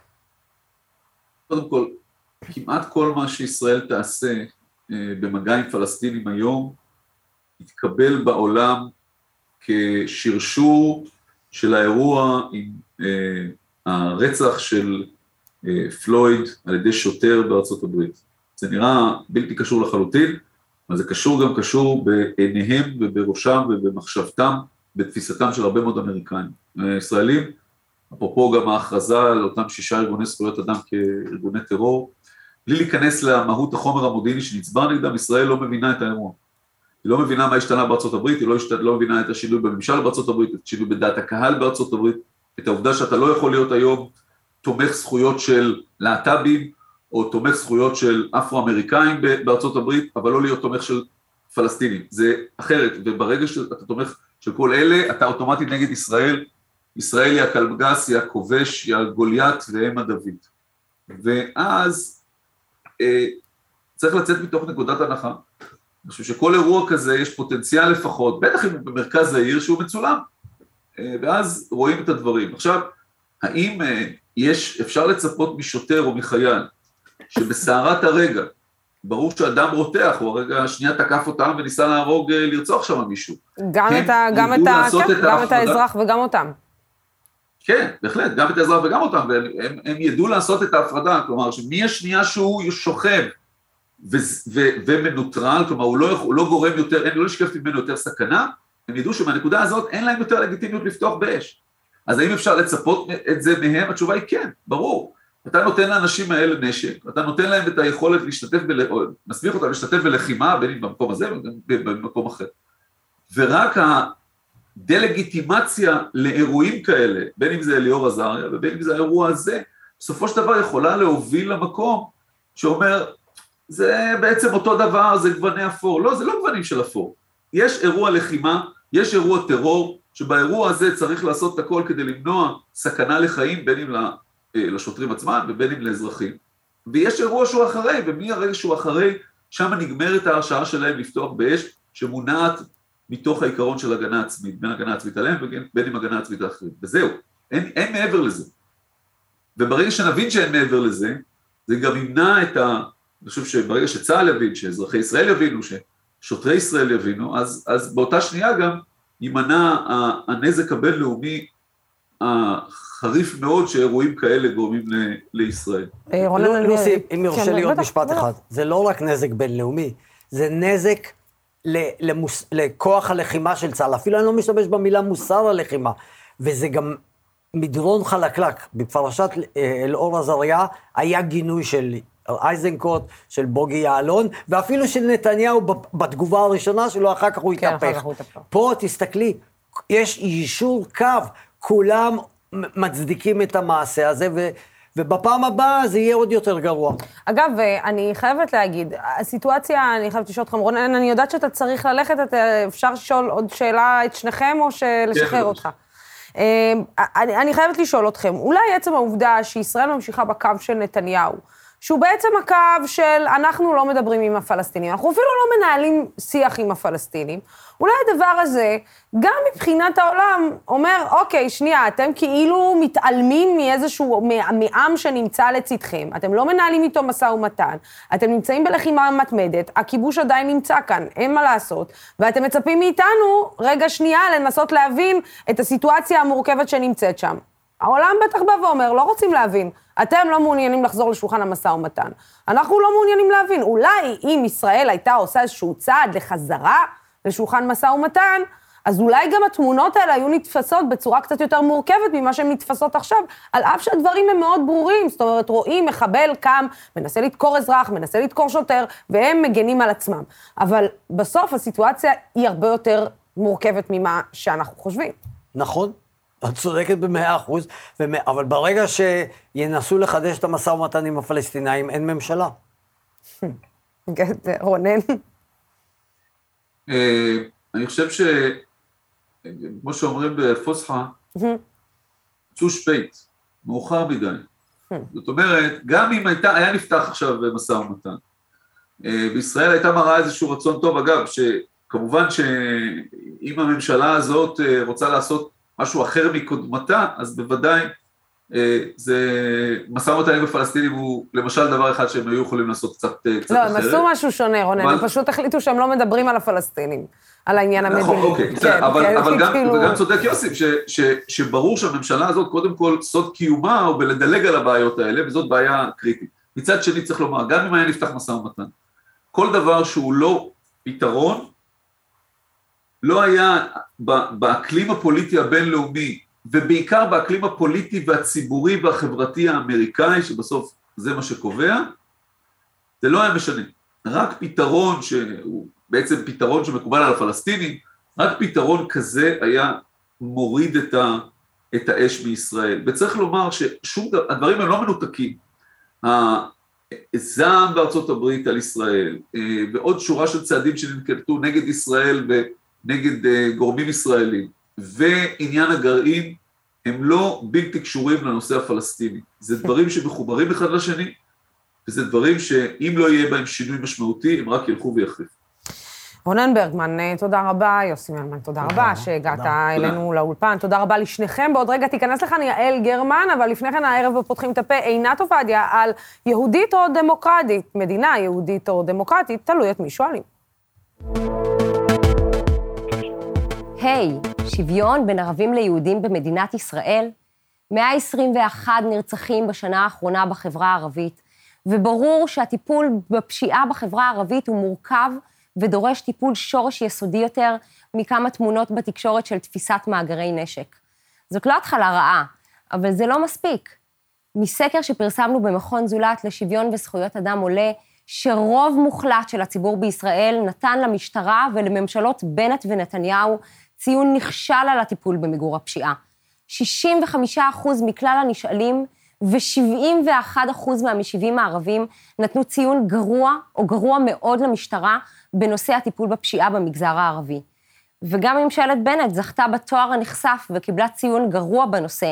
קודם כל, כמעט כל מה שישראל תעשה במגע עם פלסטינים היום, יתקבל בעולם כשרשור של האירוע עם הרצח של פלויד על ידי שוטר בארצות הברית. זה נראה בלתי קשור לחלוטין, אבל זה קשור בעיניהם ובראשם ובמחשבתם, בתפיסתם של הרבה מאוד אמריקאים. ישראלים, אפרופו גם ההכרזה על אותם 6 ארגוני זכויות אדם כארגוני טרור, בלי להיכנס למהות החומר המודיעיני שנצבר נגדם, ישראל לא מבינה את האירוע. היא לא מבינה מה השתנה בארצות הברית, היא לא מבינה את השינוי בממשל בארצות הברית, את השינוי בדעת הקהל בארצות הברית, את העובדה שאתה לא יכול להיות היום תומך זכויות של להט"בים, או תומך זכויות של אפרו-אמריקאים בארצות הברית, אבל לא להיות תומך של פלסטינים. זה אחרת, וברגע שאתה תומך של כל אלה, אתה אוטומטית נגד ישראל. ישראל היא הקלגס, היא הכובש, היא הגוליית והם הדוד. ואז צריך לצאת מתוך נקודת הנחה. אני חושב שכל אירוע כזה יש פוטנציאל לפחות, בטח אם במרכז העיר שהוא מצולם, ואז רואים את הדברים. עכשיו, האם אפשר לצפות משוטר או מחייל, שבסערת הרגע, ברור שאדם רותח, הוא הרגע השנייה תקף אותם וניסה להרוג, לרצוח שם מישהו. גם את האזרח וגם אותם. כן, בהחלט, גם את האזרח וגם אותם, והם ידעו לעשות את ההפרדה, כלומר, שמי השנייה שהוא שוכב ומנוטרל, כלומר הוא לא גורם יותר, לא לשקף ממנו יותר סכנה, הם ידעו שבנקודה הזאת אין להם יותר לגיטימיות לפתוח באש. אז האם אפשר לצפות את זה מהם? התשובה היא כן, ברור. אתה נותן לאנשים האלה נשק, אתה נותן להם את היכולת להשתתף, מסמיך אותם להשתתף בלחימה, בין אם במקום הזה ובין במקום אחר. ורק הדלגיטימציה לאירועים כאלה, בין אם זה אליאור עזריה ובין אם זה האירוע הזה, בסופו של דבר יכולה להוביל למקום שאומר, זה בעצם אותו דבר, זה גווני אפור. לא, זה לא גוונים של אפור. יש אירוע לחימה, יש אירוע טרור, שבאירוע הזה צריך לעשות את הכל כדי למנוע סכנה לחיים, בין אם לשוטרים עצמם ובין אם לאזרחים. ויש אירוע שהוא אחרי, ומהרגע שהוא אחרי, שם נגמרת ההרשאה שלהם לפתוח באש, שמונעת מתוך העיקרון של הגנה עצמית, בין הגנה עצמית עליהם ובין עם הגנה עצמית האחרים. וזהו, אין מעבר לזה. וברגע שנבין שאין מעבר לזה, זה גם ימנע את אני חושב שברגע שצה"ל יבין, שאזרחי ישראל יבינו, ששוטרי ישראל יבינו, אז באותה שנייה גם יימנע הנזק הבינלאומי החריף מאוד שאירועים כאלה גורמים לישראל. לוסי, אם יורשה לי עוד משפט אחד, זה לא רק נזק בינלאומי, זה נזק לכוח הלחימה של צה"ל, אפילו אני לא משתמש במילה מוסר הלחימה, וזה גם מדרון חלקלק. בפרשת אלאור עזריה היה גינוי של אייזנקוט, של בוגי יעלון, ואפילו של נתניהו בתגובה הראשונה שלו, אחר כך הוא התהפך. פה תסתכלי, יש יישור קו, כולם מצדיקים את המעשה הזה, ובפעם הבאה זה יהיה עוד יותר גרוע. אגב, אני חייבת להגיד, הסיטואציה, אני חייבת לשאול אתכם, רונן, אני יודעת שאתה צריך ללכת, אפשר לשאול עוד שאלה את שניכם, או לשחרר אותך? אני חייבת לשאול אתכם, אולי עצם העובדה שישראל ממשיכה בקו של נתניהו, שהוא בעצם הקו של אנחנו לא מדברים עם הפלסטינים, אנחנו אפילו לא מנהלים שיח עם הפלסטינים, אולי הדבר הזה, גם מבחינת העולם, אומר, אוקיי, שנייה, אתם כאילו מתעלמים מאיזשהו, מעם שנמצא לצדכם, אתם לא מנהלים איתו משא ומתן, אתם נמצאים בלחימה מתמדת, הכיבוש עדיין נמצא כאן, אין מה לעשות, ואתם מצפים מאיתנו, רגע שנייה, לנסות להבין את הסיטואציה המורכבת שנמצאת שם. העולם בטח בא ואומר, לא רוצים להבין, אתם לא מעוניינים לחזור לשולחן המשא ומתן. אנחנו לא מעוניינים להבין. אולי אם ישראל הייתה עושה איזשהו צעד לחזרה לשולחן משא ומתן, אז אולי גם התמונות האלה היו נתפסות בצורה קצת יותר מורכבת ממה שהן נתפסות עכשיו, על אף שהדברים הם מאוד ברורים. זאת אומרת, רואים מחבל קם, מנסה לדקור אזרח, מנסה לדקור שוטר, והם מגנים על עצמם. אבל בסוף הסיטואציה היא הרבה יותר מורכבת ממה שאנחנו חושבים. נכון. את צודקת ב100%, אבל ברגע שינסו לחדש את המשא ומתן עם הפלסטינאים, אין ממשלה. רונן? אני חושב כמו שאומרים בפוסחה, צו שפייט, מאוחר מדי. זאת אומרת, גם אם היה נפתח עכשיו משא ומתן, בישראל הייתה מראה איזשהו רצון טוב, אגב, שכמובן שאם הממשלה הזאת רוצה לעשות משהו אחר מקודמתה, אז בוודאי זה משא ומתן עם הפלסטינים הוא למשל דבר אחד שהם היו יכולים לעשות קצת אחרת. לא, הם עשו משהו שונה, רונן, הם פשוט החליטו שהם לא מדברים על הפלסטינים, על העניין המדיני. נכון, אוקיי, אבל גם צודק יוסיף, שברור שהממשלה הזאת קודם כל סוד קיומה הוא בלדלג על הבעיות האלה, וזאת בעיה קריטית. מצד שני צריך לומר, גם אם היה נפתח משא ומתן, כל דבר שהוא לא פתרון, לא היה באקלים הפוליטי הבינלאומי, ובעיקר באקלים הפוליטי והציבורי והחברתי האמריקאי, שבסוף זה מה שקובע, זה לא היה משנה. רק פתרון שהוא בעצם פתרון שמקובל על הפלסטינים, רק פתרון כזה היה מוריד את האש בישראל. וצריך לומר שהדברים הם לא מנותקים. הזעם בארצות הברית על ישראל, ועוד שורה של צעדים שננקטו נגד ישראל ונגד גורמים ישראלים, ועניין הגרעין, הם לא בלתי קשורים לנושא הפלסטיני. זה דברים שמחוברים אחד לשני, וזה דברים שאם לא יהיה בהם שינוי משמעותי, הם רק ילכו ויחריפו. רונן ברגמן, תודה רבה, יוסי מלמן, תודה רבה שהגעת אלינו לאולפן, תודה רבה לשניכם, בעוד רגע תיכנס לכאן יעל גרמן, אבל לפני כן הערב פותחים את הפה עינת עובדיה על יהודית או דמוקרטית, מדינה יהודית או דמוקרטית, תלוי את מי שואלים. היי, שוויון בין ערבים ליהודים במדינת ישראל, 121 נרצחים בשנה האחרונה בחברה הערבית, וברור שהטיפול בפשיעה בחברה הערבית הוא מורכב ודורש טיפול שורש יסודי יותר מכמה תמונות בתקשורת של תפיסת מאגרי נשק. זאת לא התחלה רעה, אבל זה לא מספיק. מסקר שפרסמנו במכון זולת לשוויון וזכויות אדם עולה שרוב מוחלט של הציבור בישראל נתן למשטרה ולממשלות בנט ונתניהו ציון נכשל על הטיפול במיגור הפשיעה. 65% מכלל הנשאלים ו71% מהמשיבים הערבים נתנו ציון גרוע או גרוע מאוד למשטרה בנושא הטיפול בפשיעה במגזר הערבי. וגם ממשלת בנט זכתה בתואר הנחשף וקיבלה ציון גרוע בנושא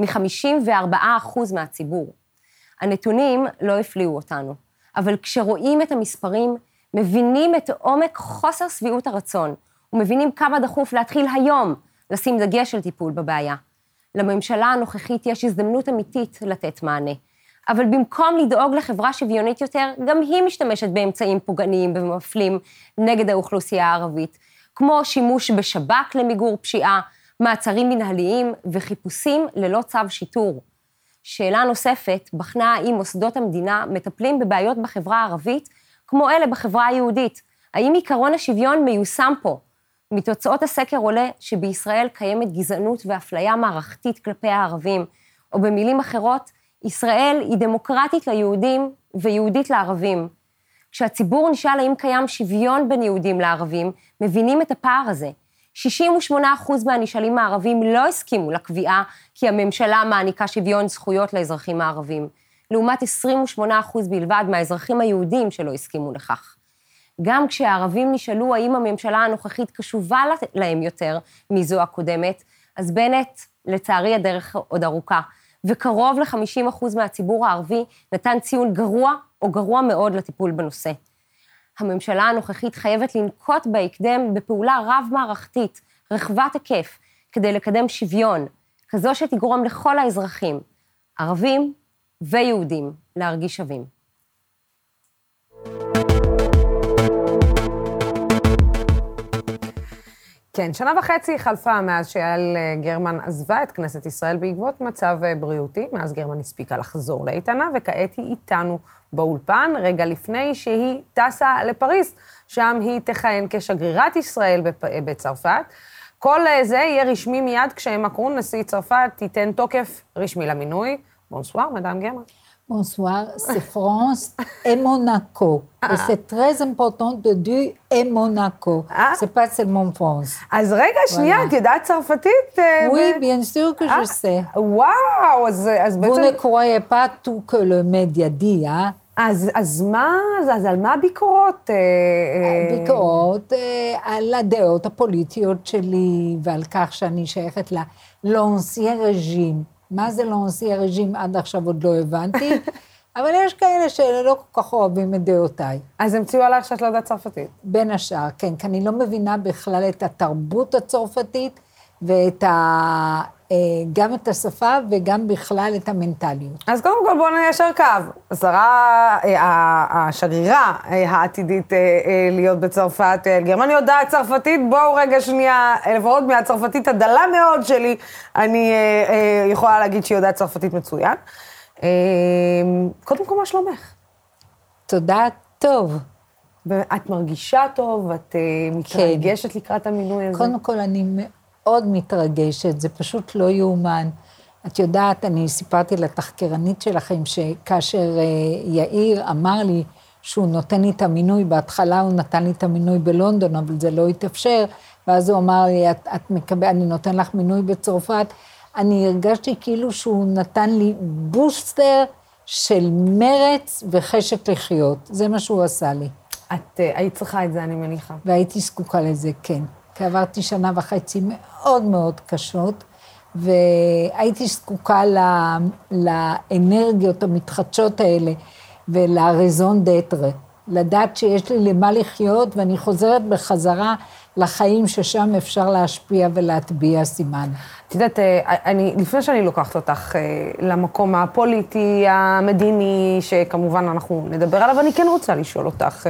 מ-54% מהציבור. הנתונים לא הפליאו אותנו, אבל כשרואים את המספרים, מבינים את עומק חוסר שביעות הרצון, ומבינים כמה דחוף להתחיל היום לשים דגש על טיפול בבעיה. לממשלה הנוכחית יש הזדמנות אמיתית לתת מענה, אבל במקום לדאוג לחברה שוויונית יותר, גם היא משתמשת באמצעים פוגעניים ומפלים נגד האוכלוסייה הערבית, כמו שימוש בשב"כ למיגור פשיעה, מעצרים מנהליים וחיפושים ללא צו שיטור. שאלה נוספת, בחנה האם מוסדות המדינה מטפלים בבעיות בחברה הערבית, כמו אלה בחברה היהודית. האם עיקרון השוויון מיושם פה? מתוצאות הסקר עולה שבישראל קיימת גזענות ואפליה מערכתית כלפי הערבים, או במילים אחרות, ישראל היא דמוקרטית ליהודים ויהודית לערבים. כשהציבור נשאל האם קיים שוויון בין יהודים לערבים, מבינים את הפער הזה. 68% מהנשאלים הערבים לא הסכימו לקביעה כי הממשלה מעניקה שוויון זכויות לאזרחים הערבים, לעומת 28% בלבד מהאזרחים היהודים שלא הסכימו לכך. גם כשהערבים נשאלו האם הממשלה הנוכחית קשובה להם יותר מזו הקודמת, אז בנט, לצערי הדרך עוד ארוכה, וקרוב ל-50% מהציבור הערבי נתן ציון גרוע או גרוע מאוד לטיפול בנושא. הממשלה הנוכחית חייבת לנקוט בהקדם בפעולה רב-מערכתית, רחבת היקף, כדי לקדם שוויון, כזו שתגרום לכל האזרחים, ערבים ויהודים, להרגיש שווים. כן, 1.5 שנה חלפה מאז שיעל גרמן עזבה את כנסת ישראל בעקבות מצב בריאותי, מאז גרמן הספיקה לחזור לאיתנה, וכעת היא איתנו באולפן, רגע לפני שהיא טסה לפריז, שם היא תכהן כשגרירת ישראל בצרפת. כל זה יהיה רשמי מיד כשמקרון, נשיא צרפת, תיתן תוקף רשמי למינוי. בונסואר, מדאם גרמן. Bonsoir, c'est France et Monaco. Et c'est très important de dire et Monaco. C'est pas seulement France. אז רגע, שנייה, את יודעת צרפתית? Oui, bien sûr que je sais. וואו, אז בעצם... Vous ne croyez pas tout que le média dit, hein? אז מה, אז על מה הביקורות? ביקורות על הדעות הפוליטיות שלי, ועל כך שאני שייכת לאנסיין רג'ים. מה זה לאנסי הרג'ים עד עכשיו עוד לא הבנתי, אבל יש כאלה שלא כל כך אוהבים את דעותיי. אז המציאו עליך שאת לא יודעת צרפתית? בין השאר, כן, כי אני לא מבינה בכלל את התרבות הצרפתית, גם את השפה וגם בכלל את המנטליות. אז קודם כל בואו ניישר קו. השגרירה העתידית להיות בצרפת, גרמן יודעת צרפתית, בואו רגע שנייה, לפחות מהצרפתית הדלה מאוד שלי, אני יכולה להגיד שהיא יודעת צרפתית מצוין. קודם כל, מה שלומך? תודה, טוב. ואת מרגישה טוב, את מתרגשת לקראת המינוי הזה? קודם כל, אני מאוד מתרגשת, זה פשוט לא יאומן. את יודעת, אני סיפרתי לתחקרנית שלכם, שכאשר יאיר אמר לי שהוא נותן לי את המינוי, בהתחלה הוא נתן לי את המינוי בלונדון, אבל זה לא התאפשר, ואז הוא אמר לי, אני נותן לך מינוי בצרפת, אני הרגשתי כאילו שהוא נתן לי בוסטר של מרץ וחשק לחיות. זה מה שהוא עשה לי. את היית צריכה את זה, אני מניחה. והייתי זקוקה לזה, כן. כי עברתי 1.5 שנה מאוד מאוד קשות, והייתי זקוקה לאנרגיות המתחדשות האלה, ולרזון דטרה. לדעת שיש לי למה לחיות, ואני חוזרת בחזרה לחיים ששם אפשר להשפיע ולהטביע סימן. את יודעת, לפני שאני לוקחת אותך למקום הפוליטי, המדיני, שכמובן אנחנו נדבר עליו, אני כן רוצה לשאול אותך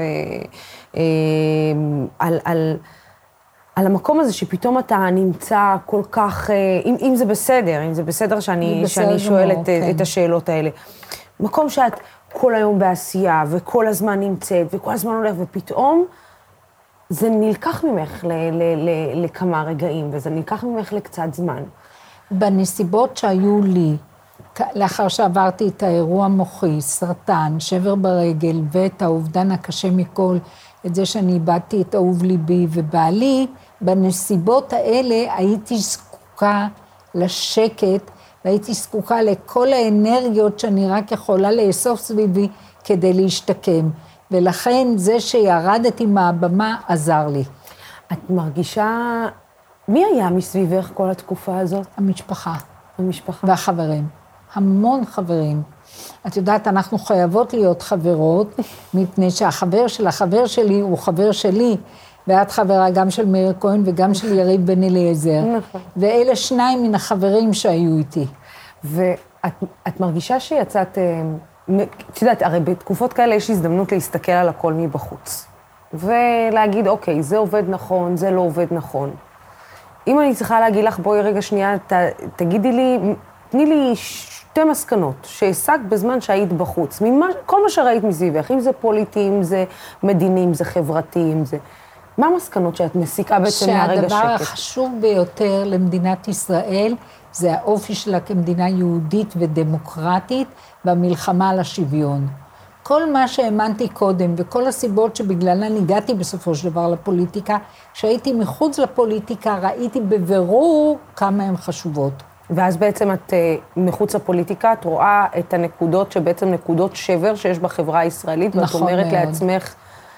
על המקום הזה שפתאום אתה נמצא כל כך, אם זה בסדר, שאני שואלת את השאלות האלה. מקום שאת כל היום בעשייה, וכל הזמן נמצאת, וכל הזמן הולך, ופתאום זה נלקח ממך לכמה רגעים, וזה נלקח ממך לקצת זמן. בנסיבות שהיו לי, לאחר שעברתי את האירוע מוחי, סרטן, שבר ברגל, ואת האובדן הקשה מכל, את זה שאני איבדתי את אהוב ליבי ובעלי, בנסיבות האלה הייתי זקוקה לשקט, והייתי זקוקה לכל האנרגיות שאני רק יכולה לאסוף סביבי כדי להשתקם. ולכן זה שירדתי מהבמה עזר לי. את מרגישה, מי היה מסביבך כל התקופה הזאת? המשפחה. המשפחה. והחברים. המון חברים. את יודעת, אנחנו חייבות להיות חברות, מפני שהחבר של החבר שלי הוא חבר שלי, ואת חברה גם של מאיר כהן וגם של יריב בן אליעזר. נכון. ואלה שניים מן החברים שהיו איתי. ואת מרגישה שיצאת, את יודעת, הרי בתקופות כאלה יש הזדמנות להסתכל על הכל מבחוץ. ולהגיד, אוקיי, זה עובד נכון, זה לא עובד נכון. אם אני צריכה להגיד לך, בואי רגע שנייה, תגידי לי, תני לי שתי מסקנות שהשגת בזמן שהיית בחוץ. כל מה שראית מסביבך, אם זה פוליטי, אם זה מדיני, אם זה חברתי, אם זה... מה המסקנות שאת מסיקה בעצם מהרגע שקט? שהדבר החשוב ביותר למדינת ישראל, זה האופי שלה כמדינה יהודית ודמוקרטית, במלחמה על השוויון. כל מה שהאמנתי קודם, וכל הסיבות שבגללן הגעתי בסופו של דבר לפוליטיקה, כשהייתי מחוץ לפוליטיקה, ראיתי בבירור כמה הן חשובות. ואז בעצם את מחוץ לפוליטיקה, את רואה את הנקודות שבעצם נקודות שבר שיש בחברה הישראלית, ואת אומרת לעצמך,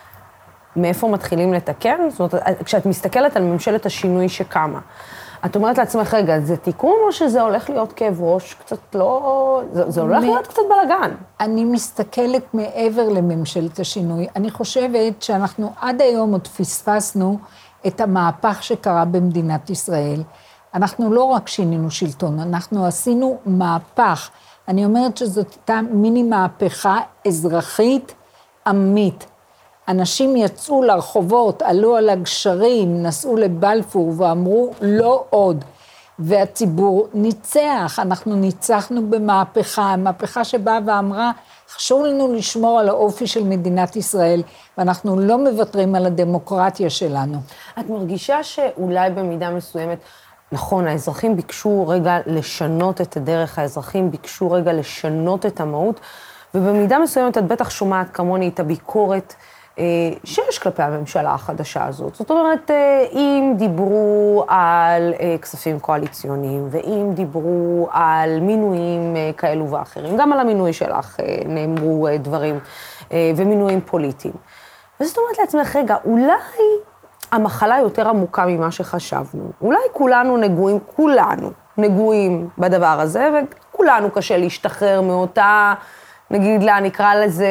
מאיפה מתחילים לתקן? זאת אומרת, כשאת מסתכלת על ממשלת השינוי שקמה, את אומרת לעצמך, רגע, זה תיקון או שזה הולך להיות כאב ראש? קצת לא... זה הולך להיות קצת בלגן. אני מסתכלת מעבר לממשלת השינוי. אני חושבת שאנחנו עד היום עוד פספסנו את המהפך שקרה במדינת ישראל. אנחנו לא רק שינינו שלטון, אנחנו עשינו מהפך. אני אומרת שזאת הייתה מיני מהפכה אזרחית עמית. אנשים יצאו לרחובות, עלו על הגשרים, נסעו לבלפור ואמרו לא עוד. והציבור ניצח, אנחנו ניצחנו במהפכה, מהפכה שבאה ואמרה, חשוב לנו לשמור על האופי של מדינת ישראל, ואנחנו לא מוותרים על הדמוקרטיה שלנו. את מרגישה שאולי במידה מסוימת, נכון, האזרחים ביקשו רגע לשנות את הדרך, האזרחים ביקשו רגע לשנות את המהות, ובמידה מסוימת את בטח שומעת כמוני את הביקורת, שיש כלפי הממשלה החדשה הזאת. זאת אומרת, אם דיברו על כספים קואליציוניים, ואם דיברו על מינויים כאלו ואחרים, גם על המינוי שלך נאמרו דברים, ומינויים פוליטיים. וזאת אומרת לעצמך, רגע, אולי המחלה יותר עמוקה ממה שחשבנו. אולי כולנו נגועים בדבר הזה, וכולנו קשה להשתחרר מאותה... נגיד לה, נקרא לזה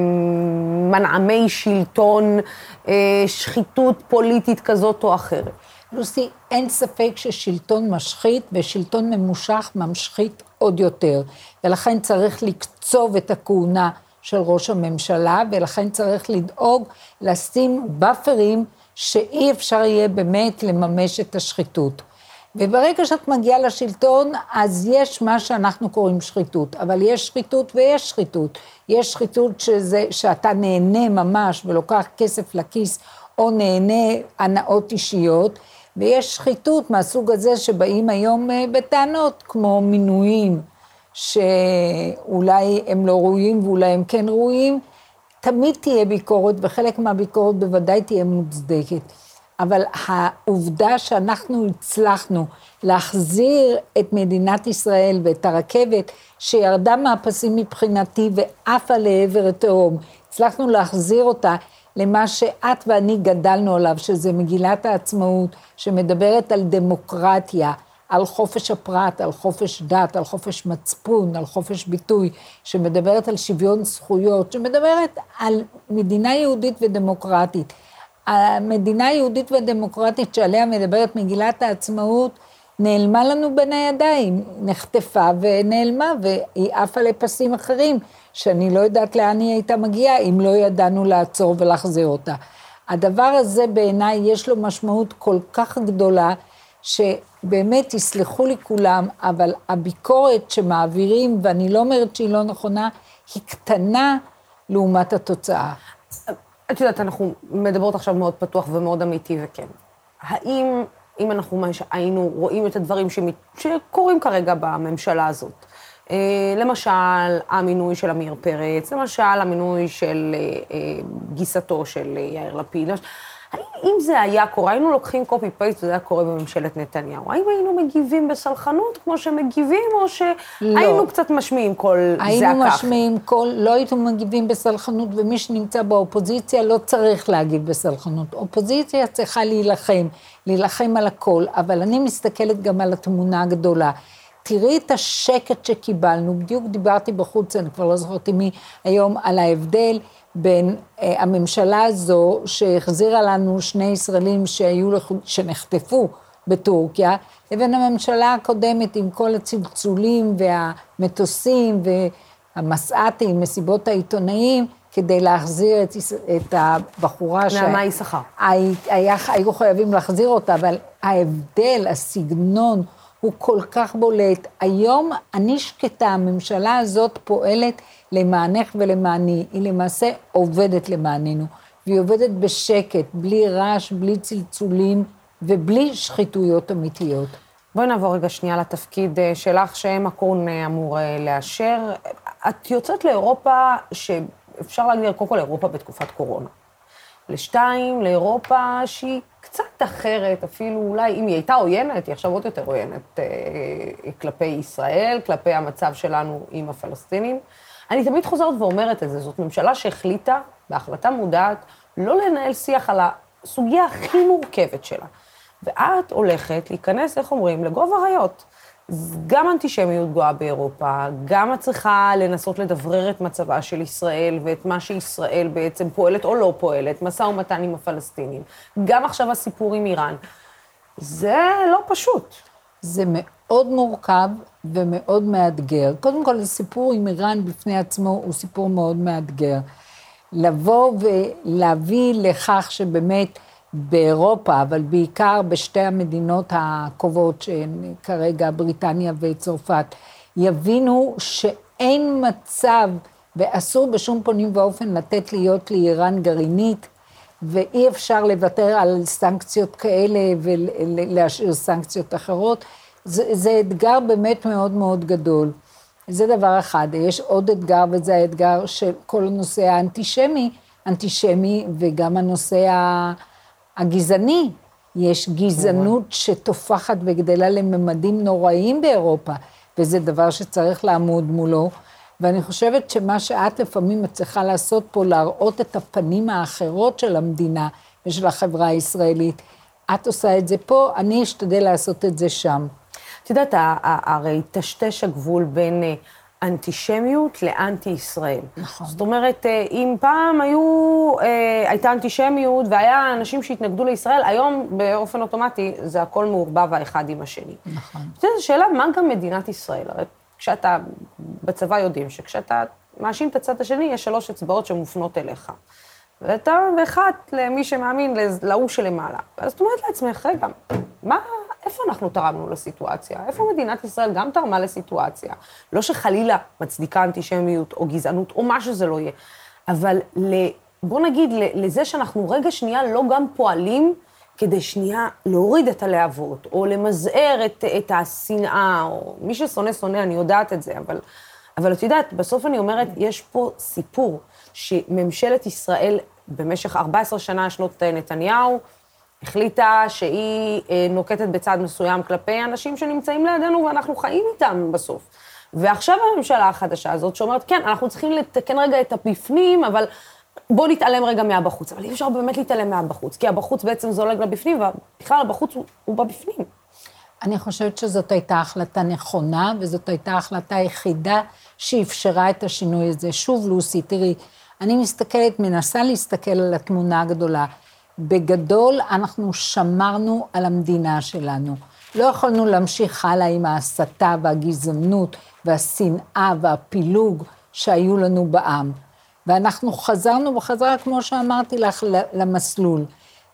מנעמי שלטון, שחיתות פוליטית כזאת או אחרת. לוסי, אין ספק ששלטון משחית ושלטון ממושך משחית עוד יותר, ולכן צריך לקצוב את הכהונה של ראש הממשלה, ולכן צריך לדאוג לשים בפרים שאי אפשר יהיה באמת לממש את השחיתות. וברגע שאת מגיעה לשלטון, אז יש מה שאנחנו קוראים שחיתות, אבל יש שחיתות ויש שחיתות. יש שחיתות שאתה נהנה ממש ולוקח כסף לכיס, או נהנה הנאות אישיות, ויש שחיתות מהסוג הזה שבאים היום בטענות, כמו מינויים, שאולי הם לא ראויים ואולי הם כן ראויים, תמיד תהיה ביקורת, וחלק מהביקורת בוודאי תהיה מוצדקת. אבל העובדה שאנחנו הצלחנו להחזיר את מדינת ישראל ואת הרכבת שירדה מהפסים מבחינתי ועפה לעבר התהום, הצלחנו להחזיר אותה למה שאת ואני גדלנו עליו, שזה מגילת העצמאות, שמדברת על דמוקרטיה, על חופש הפרט, על חופש דת, על חופש מצפון, על חופש ביטוי, שמדברת על שוויון זכויות, שמדברת על מדינה יהודית ודמוקרטית. המדינה היהודית והדמוקרטית שעליה מדברת מגילת העצמאות, נעלמה לנו בין הידיים, נחטפה ונעלמה, והיא עפה לפסים אחרים, שאני לא יודעת לאן היא הייתה מגיעה, אם לא ידענו לעצור ולהחזיר אותה. הדבר הזה בעיניי יש לו משמעות כל כך גדולה, שבאמת יסלחו לי כולם, אבל הביקורת שמעבירים, ואני לא אומרת שהיא לא נכונה, היא קטנה לעומת התוצאה. את יודעת, אנחנו מדברות עכשיו מאוד פתוח ומאוד אמיתי וכן. האם, אם אנחנו היינו רואים את הדברים שקורים כרגע בממשלה הזאת, למשל, המינוי של אמיר פרץ, למשל, המינוי של גיסתו של יאיר לפיד, אם זה היה קורה, היינו לוקחים קופי פייסט וזה היה קורה בממשלת נתניהו, האם היינו מגיבים בסלחנות כמו שמגיבים, או שהיינו קצת משמיעים כל זה כך? היינו משמיעים כל, לא היינו מגיבים בסלחנות, ומי שנמצא באופוזיציה לא צריך להגיב בסלחנות. אופוזיציה צריכה להילחם על הכל, אבל אני מסתכלת גם על התמונה הגדולה. תראי את השקט שקיבלנו, בדיוק דיברתי בחוץ, אני כבר לא זוכרת מי היום, על ההבדל בין הממשלה הזו שהחזירה לנו שני ישראלים שנחטפו בטורקיה, לבין הממשלה הקודמת עם כל הצלצולים והמטוסים והמסעתים, מסיבות העיתונאים, כדי להחזיר את הבחורה נעמה יששכר. היו חייבים להחזיר אותה, אבל ההבדל, הסגנון, הוא כל כך בולט. היום אני שקטה, הממשלה הזאת פועלת למענך ולמעני, היא למעשה עובדת למעננו, והיא עובדת בשקט, בלי רעש, בלי צלצולים, ובלי שחיתויות אמיתיות. בואי נעבור רגע שנייה לתפקיד שלך, שמקרון אמור לאשר. את יוצאת לאירופה, שאפשר להגדיר קודם כל אירופה בתקופת קורונה. לשתיים, לאירופה שהיא קצת אחרת, אפילו אולי, אם היא הייתה עוינת, היא עכשיו עוד יותר עוינת כלפי ישראל, כלפי המצב שלנו עם הפלסטינים. אני תמיד חוזרת ואומרת את זה, זאת ממשלה שהחליטה, בהחלטה מודעת, לא לנהל שיח על הסוגיה הכי מורכבת שלה. ואת הולכת להיכנס, איך אומרים, לגוב אריות. גם אנטישמיות גואה באירופה, גם את צריכה לנסות לדברר את מצבה של ישראל, ואת מה שישראל בעצם פועלת או לא פועלת, משא ומתן עם הפלסטינים. גם עכשיו הסיפור עם איראן. זה לא פשוט. זה מאוד מורכב ומאוד מאתגר. קודם כל, הסיפור עם איראן בפני עצמו הוא סיפור מאוד מאתגר. לבוא ולהביא לכך שבאמת באירופה, אבל בעיקר בשתי המדינות הקובעות, שהן כרגע בריטניה וצרפת, יבינו שאין מצב ואסור בשום פנים ואופן לתת להיות לאיראן גרעינית, ואי אפשר לוותר על סנקציות כאלה ולהשאיר סנקציות אחרות. זה אתגר באמת מאוד מאוד גדול. זה דבר אחד. יש עוד אתגר, וזה האתגר של כל הנושא האנטישמי, וגם הנושא הגזעני. יש גזענות שתופחת וגדלה לממדים נוראיים באירופה, וזה דבר שצריך לעמוד מולו. ואני חושבת שמה שאת לפעמים צריכה לעשות פה, להראות את הפנים האחרות של המדינה ושל החברה הישראלית. את עושה את זה פה, אני אשתדל לעשות את זה שם. את יודעת, הרי תשתש הגבול בין אנטישמיות לאנטי-ישראל. נכון. זאת אומרת, אם פעם הייתה אנטישמיות והיה אנשים שהתנגדו לישראל, היום באופן אוטומטי זה הכל מעורבב האחד עם השני. נכון. את יודעת, השאלה, מה גם מדינת ישראל? הרי כשאתה בצבא יודעים שכשאתה מאשים את הצד השני, יש 3 אצבעות שמופנות אליך. ואתה ואחת למי שמאמין, להוא שלמעלה. אז את אומרת לעצמך, רגע, איפה אנחנו תרמנו לסיטואציה? איפה מדינת ישראל גם תרמה לסיטואציה? לא שחלילה מצדיקה אנטישמיות או גזענות או מה שזה לא יהיה, אבל בוא נגיד לזה שאנחנו רגע שנייה לא גם פועלים כדי שנייה להוריד את הלהבות, או למזער את השנאה, או מי ששונא שונא, אני יודעת את זה, אבל את יודעת, בסוף אני אומרת, יש פה סיפור שממשלת ישראל במשך 14 שנה, שנות נתניהו, החליטה שהיא נוקטת בצד מסוים כלפי אנשים שנמצאים לידינו, ואנחנו חיים איתם בסוף. ועכשיו הממשלה החדשה הזאת שאומרת, כן, אנחנו צריכים לתקן רגע את הפפנים, אבל בוא נתעלם רגע מהבחוץ. אבל אי אפשר באמת להתעלם מהבחוץ, כי הבחוץ בעצם זולג לבפנים, ובכלל הבחוץ הוא בבפנים. אני חושבת שזאת הייתה החלטה נכונה, וזאת הייתה החלטה היחידה שאפשרה את השינוי הזה. שוב, לוסי, תראי, אני מנסה להסתכל על התמונה הגדולה. בגדול אנחנו שמרנו על המדינה שלנו. לא יכולנו להמשיך הלאה עם ההסתה והגזענות והשנאה והפילוג שהיו לנו בעם. ואנחנו חזרנו בחזרה, כמו שאמרתי לך, למסלול.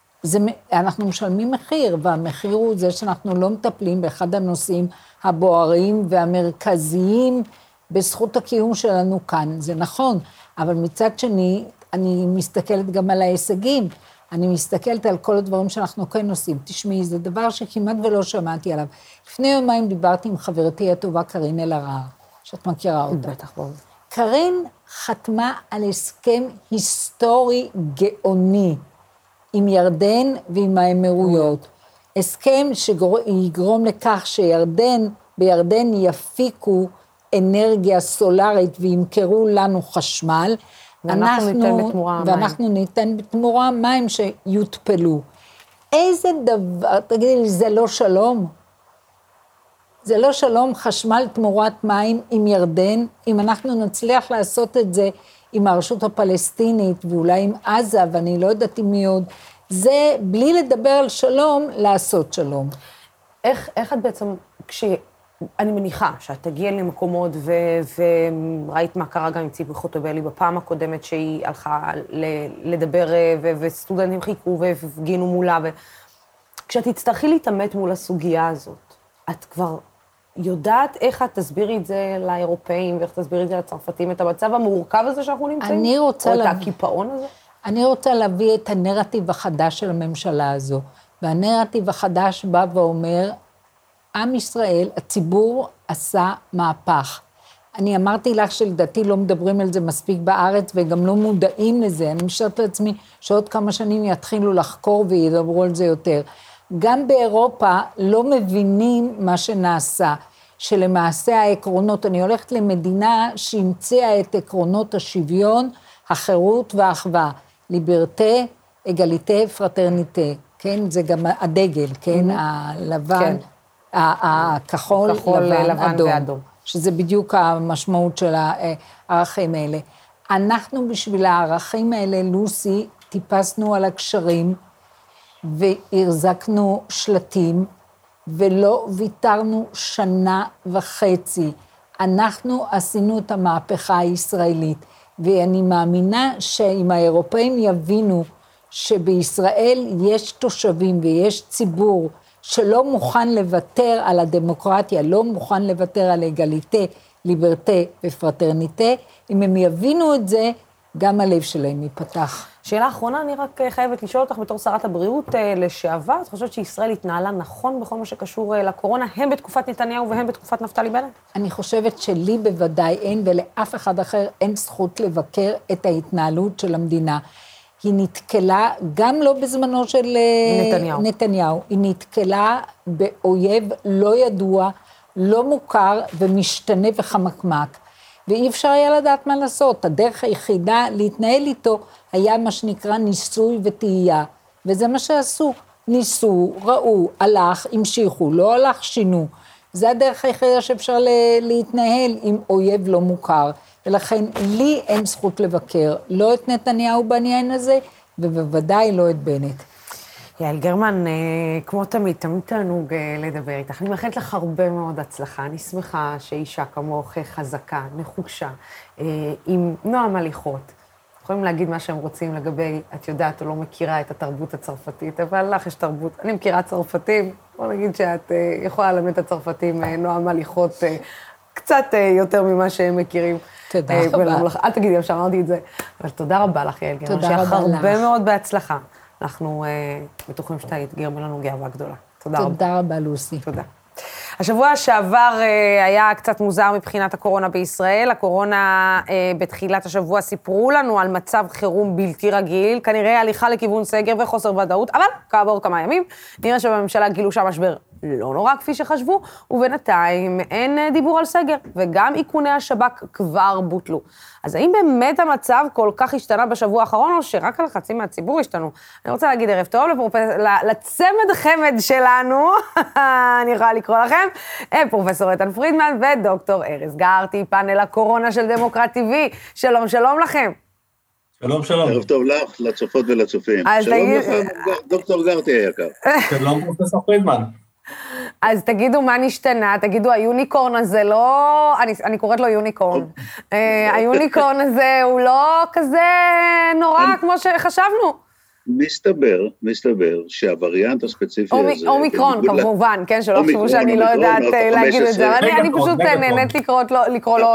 אנחנו משלמים מחיר, והמחיר הוא זה שאנחנו לא מטפלים באחד הנושאים הבוערים והמרכזיים בזכות הקיום שלנו כאן, זה נכון, אבל מצד שני, אני מסתכלת גם על ההישגים, אני מסתכלת על כל הדברים שאנחנו כן עושים. תשמעי, זה דבר שכמעט ולא שמעתי עליו. לפני יומיים דיברתי עם חברתי הטובה קרין אלהרר, שאת מכירה אותה. בטח ברור. קרין חתמה על הסכם היסטורי גאוני עם ירדן ועם האמירויות. הסכם שיגרום לכך בירדן יפיקו אנרגיה סולרית וימכרו לנו חשמל, ואנחנו ניתן בתמורה מים שיותפלו. איזה דבר, תגידי לי, זה לא שלום? זה לא שלום, חשמל תמורת מים עם ירדן, אם אנחנו נצליח לעשות את זה עם הרשות הפלסטינית, ואולי עם עזה, ואני לא יודעת עם מי עוד, זה בלי לדבר על שלום, לעשות שלום. איך את בעצם, אני מניחה שאת תגיעי למקומות וראית מה קרה גם עם ציפי חוטובלי בפעם הקודמת שהיא הלכה לדבר וסטודנטים חיכו והפגינו מולה, כשאת תצטרכי להתעמת מול הסוגיה הזאת, את כבר יודעת איך את תסבירי את זה לאירופאים ואיך תסבירי את זה לצרפתים, את המצב המורכב הזה שאנחנו נמצאים? או את הקיפאון הזה? אני רוצה להביא את הנרטיב החדש של הממשלה הזו, והנרטיב החדש בא ואומר, עם ישראל, הציבור עשה מהפך. אני אמרתי לך שלדעתי לא מדברים על זה מספיק בארץ, וגם לא מודעים לזה. אני משארת לעצמי שעוד כמה שנים יתחילו לחקור וידברו על זה יותר. גם באירופה לא מבינים מה שנעשה, שלמעשה העקרונות, אני הולכת למדינה שהמציאה את עקרונות השוויון, החירות והאחווה, ליברטה, אגליטה, פרטרניטה, כן? זה גם הדגל, כן? הלבן, כן. הכחול, לבן, אדום. שזה בדיוק המשמעות של הערכים האלה. אנחנו בשביל הערכים האלה, לוסי, טיפסנו על הקשרים, והרזקנו שלטים, ולא ויתרנו שנה וחצי. אנחנו עשינו את המהפכה הישראלית, ואני מאמינה שאם האירופאים יבינו שבישראל יש תושבים ויש ציבור שלא מוכן לוותר על הדמוקרטיה, לא מוכן לוותר על אגליטה, ליברטה ופרטרניטה, אם הם יבינו את זה, גם הלב שלהם ייפתח. שאלה אחרונה, אני רק חייבת לשאול אותך בתור שרת הבריאות לשעבר, את חושבת שישראל התנהלה נכון בכל מה שקשור לקורונה, הם בתקופת נתניהו והם בתקופת נפתלי בנט? אני חושבת שלי בוודאי אין, ולאף אחד אחר אין זכות לבקר את ההתנהלות של המדינה. היא נתקלה, גם לא בזמנו של נתניהו, היא נתקלה באויב לא ידוע, לא מוכר ומשתנה וחמקמק. ואי אפשר היה לדעת מה לעשות. הדרך היחידה להתנהל איתו היה מה שנקרא ניסוי וטעייה. וזה מה שעשו. ניסו, ראו, הלך, המשיכו, לא הלך, שינו. זה הדרך היחידה שאפשר להתנהל עם אויב לא מוכר. ולכן לי אין זכות לבקר, לא את נתניהו בעניין הזה, ובוודאי לא את בנט. יעל גרמן, כמו תמיד תענוג לדבר איתך. אני מאחלת לך הרבה מאוד הצלחה. אני שמחה שאישה כמוך חזקה, נחושה, עם נועם הליכות. יכולים להגיד מה שהם רוצים לגבי, את יודעת או לא מכירה את התרבות הצרפתית, אבל לך יש תרבות. אני מכירה צרפתים, בוא נגיד שאת יכולה ללמד את הצרפתים נועם הליכות קצת יותר ממה שהם מכירים. תודה רבה. אל תגידי גם שאמרתי את זה, אבל תודה רבה לך, יעל גרמן. תודה רבה לך. הרבה מאוד בהצלחה. אנחנו בטוחים שתגרם לנו גאווה גדולה. תודה רבה. תודה רבה, לוסי. תודה. השבוע שעבר היה קצת מוזר מבחינת הקורונה בישראל. הקורונה בתחילת השבוע סיפרו לנו על מצב חירום בלתי רגיל, כנראה הליכה לכיוון סגר וחוסר ודאות, אבל כעבור כמה ימים נראה שבממשלה גילו שהמשבר לא נורא כפי שחשבו, ובינתיים אין דיבור על סגר, וגם איכוני השב"כ כבר בוטלו. אז האם באמת המצב כל כך השתנה בשבוע האחרון, או שרק הלחצים מהציבור השתנו? אני רוצה להגיד ערב טוב לצמד חמד שלנו, אני יכולה לקרוא לכם, פרופסור איתן פרידמן ודוקטור ארז גרטי, פאנל הקורונה של דמוקרט TV. שלום, שלום לכם. שלום, שלום. ערב טוב לך, לצופות ולצופים. שלום לך, דוקטור גרטי היקר. שלום, פרופסור פרידמן. אז תגידו מה נשתנה, תגידו, היוניקורן הזה לא, אני קוראת לו יוניקורן, היוניקורן הזה הוא לא כזה נורא כמו שחשבנו. מסתבר שהווריאנט הספציפי הזה... אומיקרון כמובן, כן, שלא חשבו שאני לא יודעת להגיד את זה, אני פשוט נהנית לקרוא לו...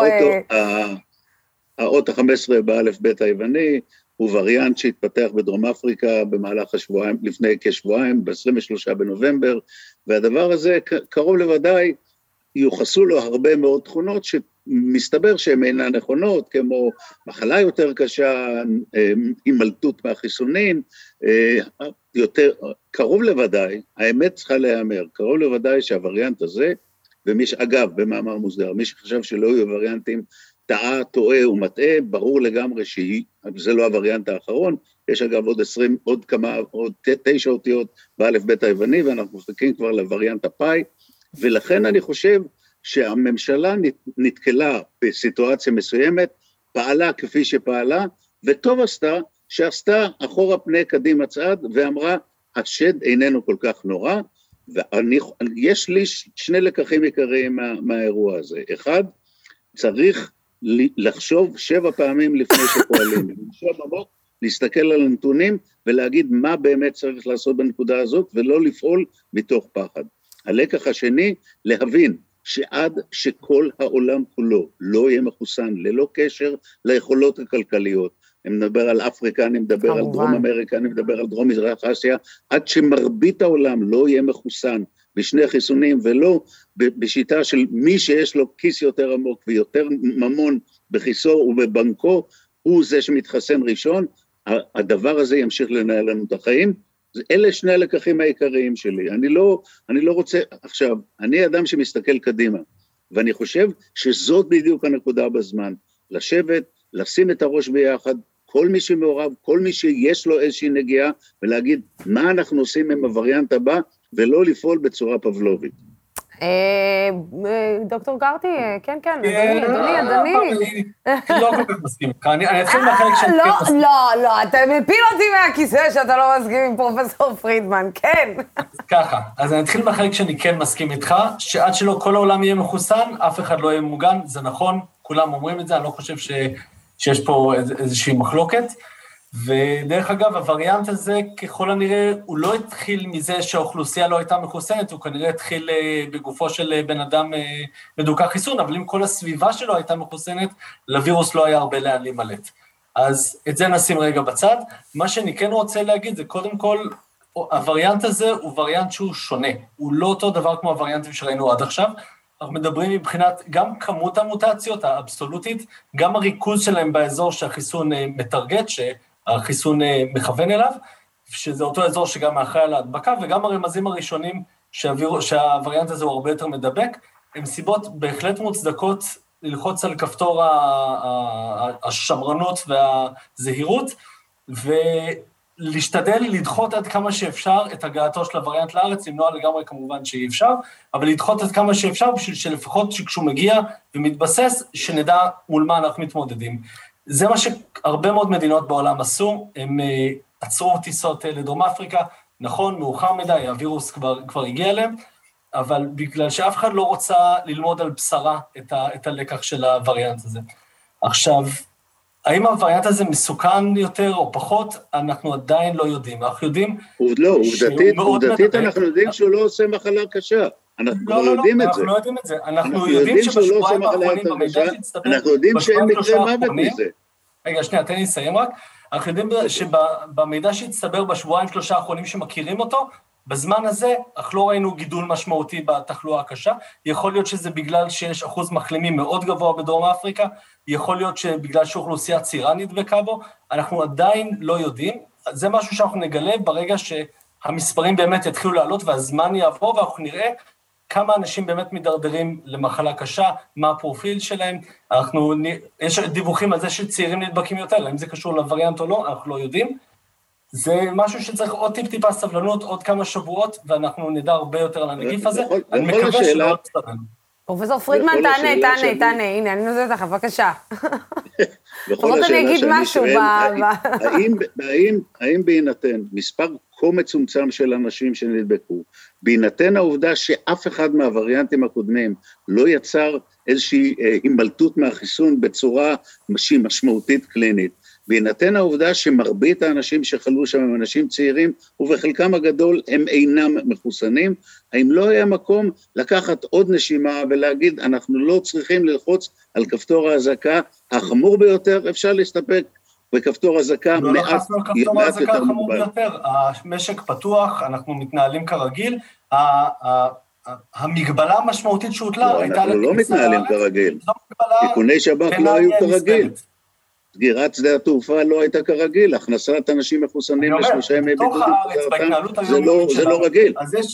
האות ה-15 באלף בית היווני, הוא וריאנט שהתפתח בדרום אפריקה במהלך השבועיים, לפני כשבועיים, ב-23 בנובמבר, והדבר הזה קרוב לוודאי יוחסו לו הרבה מאוד תכונות שמסתבר שהן אינן נכונות, כמו מחלה יותר קשה, הימלטות מהחיסונים, יותר, קרוב לוודאי, האמת צריכה להיאמר, קרוב לוודאי שהווריאנט הזה, אגב, במאמר מוסגר, מי שחשב שלא יהיו וריאנטים, טועה ומטעה, ברור לגמרי שזה לא הווריאנט האחרון, יש אגב עוד 9 אותיות באלף בית היווני, ואנחנו מחכים כבר לווריאנט הפאי, ולכן אני חושב שהממשלה נתקלה בסיטואציה מסוימת, פעלה כפי שפעלה, וטוב שעשתה אחורה פני קדימה צעד, ואמרה, השד איננו כל כך נורא, ויש לי 2 לקחים עיקריים מהאירוע הזה. אחד, צריך לחשוב 7 פעמים לפני שפועלים, לחשוב עמוק, להסתכל על הנתונים ולהגיד מה באמת צריך לעשות בנקודה הזאת, ולא לפעול מתוך פחד. הלקח השני, להבין שעד שכל העולם כולו לא יהיה מחוסן, ללא קשר ליכולות הכלכליות, אני מדבר על אפריקה, אני מדבר על דרום אמריקה, אני מדבר על דרום מזרח אסיה, עד שמרבית העולם לא יהיה מחוסן בשני חיסונים, ולא בשיטה של מי שיש לו כיס יותר עמוק ויותר ממון בכיסו ובבנקו, הוא זה שמתחסן ראשון, הדבר הזה ימשיך לנהל לנו את החיים. אלה 2 הלקחים העיקריים שלי. אני לא רוצה, עכשיו, אני אדם שמסתכל קדימה, ואני חושב שזאת בדיוק הנקודה בזמן, לשבת, לשים את הראש ביחד, כל מי שמעורב, כל מי שיש לו איזושהי נגיעה, ולהגיד מה אנחנו עושים עם הווריאנט הבא, ולא לפעול בצורה פבלובית. דוקטור גרטי, כן, אדוני. לא כל כך מסכים. אני אתחיל מהחלק שאני כן מסכים. לא, אתה מפיל אותי מהכיסא שאתה לא מסכים עם פרופסור פרידמן, כן. ככה, אז אני אתחיל מהחלק שאני כן מסכים איתך, שעד שלא כל העולם יהיה מחוסן, אף אחד לא יהיה מוגן, זה נכון, כולם אומרים את זה, אני לא חושב שיש פה איזושהי מחלוקת, ודרך אגב, הווריאנט הזה, ככל הנראה, הוא לא התחיל מזה שהאוכלוסייה לא הייתה מחוסנת, הוא כנראה התחיל בגופו של בן אדם מדוכא חיסון, אבל אם כל הסביבה שלו הייתה מחוסנת, לווירוס לא היה הרבה לאן להימלט. אז את זה נשים רגע בצד. מה שאני כן רוצה להגיד, זה קודם כל, הווריאנט הזה הוא וריאנט שהוא שונה, הוא לא אותו דבר כמו הווריאנטים שראינו עד עכשיו, אנחנו מדברים מבחינת גם כמות המוטציות האבסולוטית, גם הריכוז שלהם באזור שהחיסון מטרגט, שהחיסון מכוון אליו, שזה אותו אזור שגם מאחראי על ההדבקה, וגם הרמזים הראשונים שהווריאנט הזה הוא הרבה יותר מדבק, הם סיבות בהחלט מוצדקות ללחוץ על כפתור השמרנות והזהירות, ולהשתדל לדחות עד כמה שאפשר את הגעתו של הווריאנט לארץ, למנוע לגמרי כמובן שאי אפשר, אבל לדחות עד כמה שאפשר בשביל שלפחות כשהוא מגיע ומתבסס, שנדע מול מה אנחנו מתמודדים. זה מה שהרבה מאוד מדינות בעולם עשו, הם עצרו טיסות לדרום אפריקה, נכון, מאוחר מדי, הווירוס כבר הגיע אליהם, אבל בגלל שאף אחד לא רוצה ללמוד על בשרה את הלקח של הווריאנט הזה. עכשיו, האם הווריאנט הזה מסוכן יותר או פחות, אנחנו עדיין לא יודעים. אנחנו יודעים... לא, עובדתית אנחנו יודעים שהוא לא עושה מחלה קשה. אנחנו לא יודעים את זה. אנחנו לא יודעים את זה. אנחנו יודעים שבשבועיים האחרונים במידע שהצטבר... אנחנו יודעים שאין מקרה מוות מזה. רגע, שנייה, תן לי לסיים רק. אנחנו יודעים שבמידע שהצטבר בשבועיים 3 האחרונים שמכירים אותו, בזמן הזה, אנחנו לא ראינו גידול משמעותי בתחלואה הקשה, יכול להיות שזה בגלל שיש אחוז מחלימים מאוד גבוה בדרום אפריקה, יכול להיות שבגלל שאוכלוסייה צעירה נדבקה בו, אנחנו עדיין לא יודעים, זה משהו שאנחנו נגלה ברגע שהמספרים באמת יתחילו לעלות, והזמן יעבור, ואנחנו נראה כמה אנשים באמת מדרדרים למחלה קשה, מה הפרופיל שלהם, יש דיווחים על זה שצעירים נדבקים יותר, אם זה קשור לווריאנט או לא, אנחנו לא יודעים, זה משהו שצריך עוד טיפה סבלנות, עוד כמה שבועות, ואנחנו נדע הרבה יותר על הנגיף הזה. אני מקווה שלא תסתבן. פרופסור פרידמן, תענה, הנה, אני נוזלת לך, בבקשה. לפחות אני אגיד משהו. האם בהינתן מספר כה מצומצם של אנשים שנדבקו, בהינתן העובדה שאף אחד מהווריאנטים הקודמים לא יצר איזושהי הימלטות מהחיסון בצורה משמעותית קלינית, בהינתן העובדה שמרבית האנשים שחלו שם הם אנשים צעירים, ובחלקם הגדול הם אינם מחוסנים, האם לא היה מקום לקחת עוד נשימה ולהגיד, אנחנו לא צריכים ללחוץ על כפתור ההזעקה החמור ביותר, אפשר להסתפק בכפתור הזעקה מעט יותר מוגבל. המשק פתוח, אנחנו מתנהלים כרגיל, המגבלה המשמעותית שהוטלה הייתה... אנחנו לא מתנהלים כרגיל, איכוני שב"כ לא היו כרגיל. סגירת שדה התעופה לא הייתה כרגיל, הכנסת אנשים מחוסנים ל3 ימי בידוד, זה לא רגיל.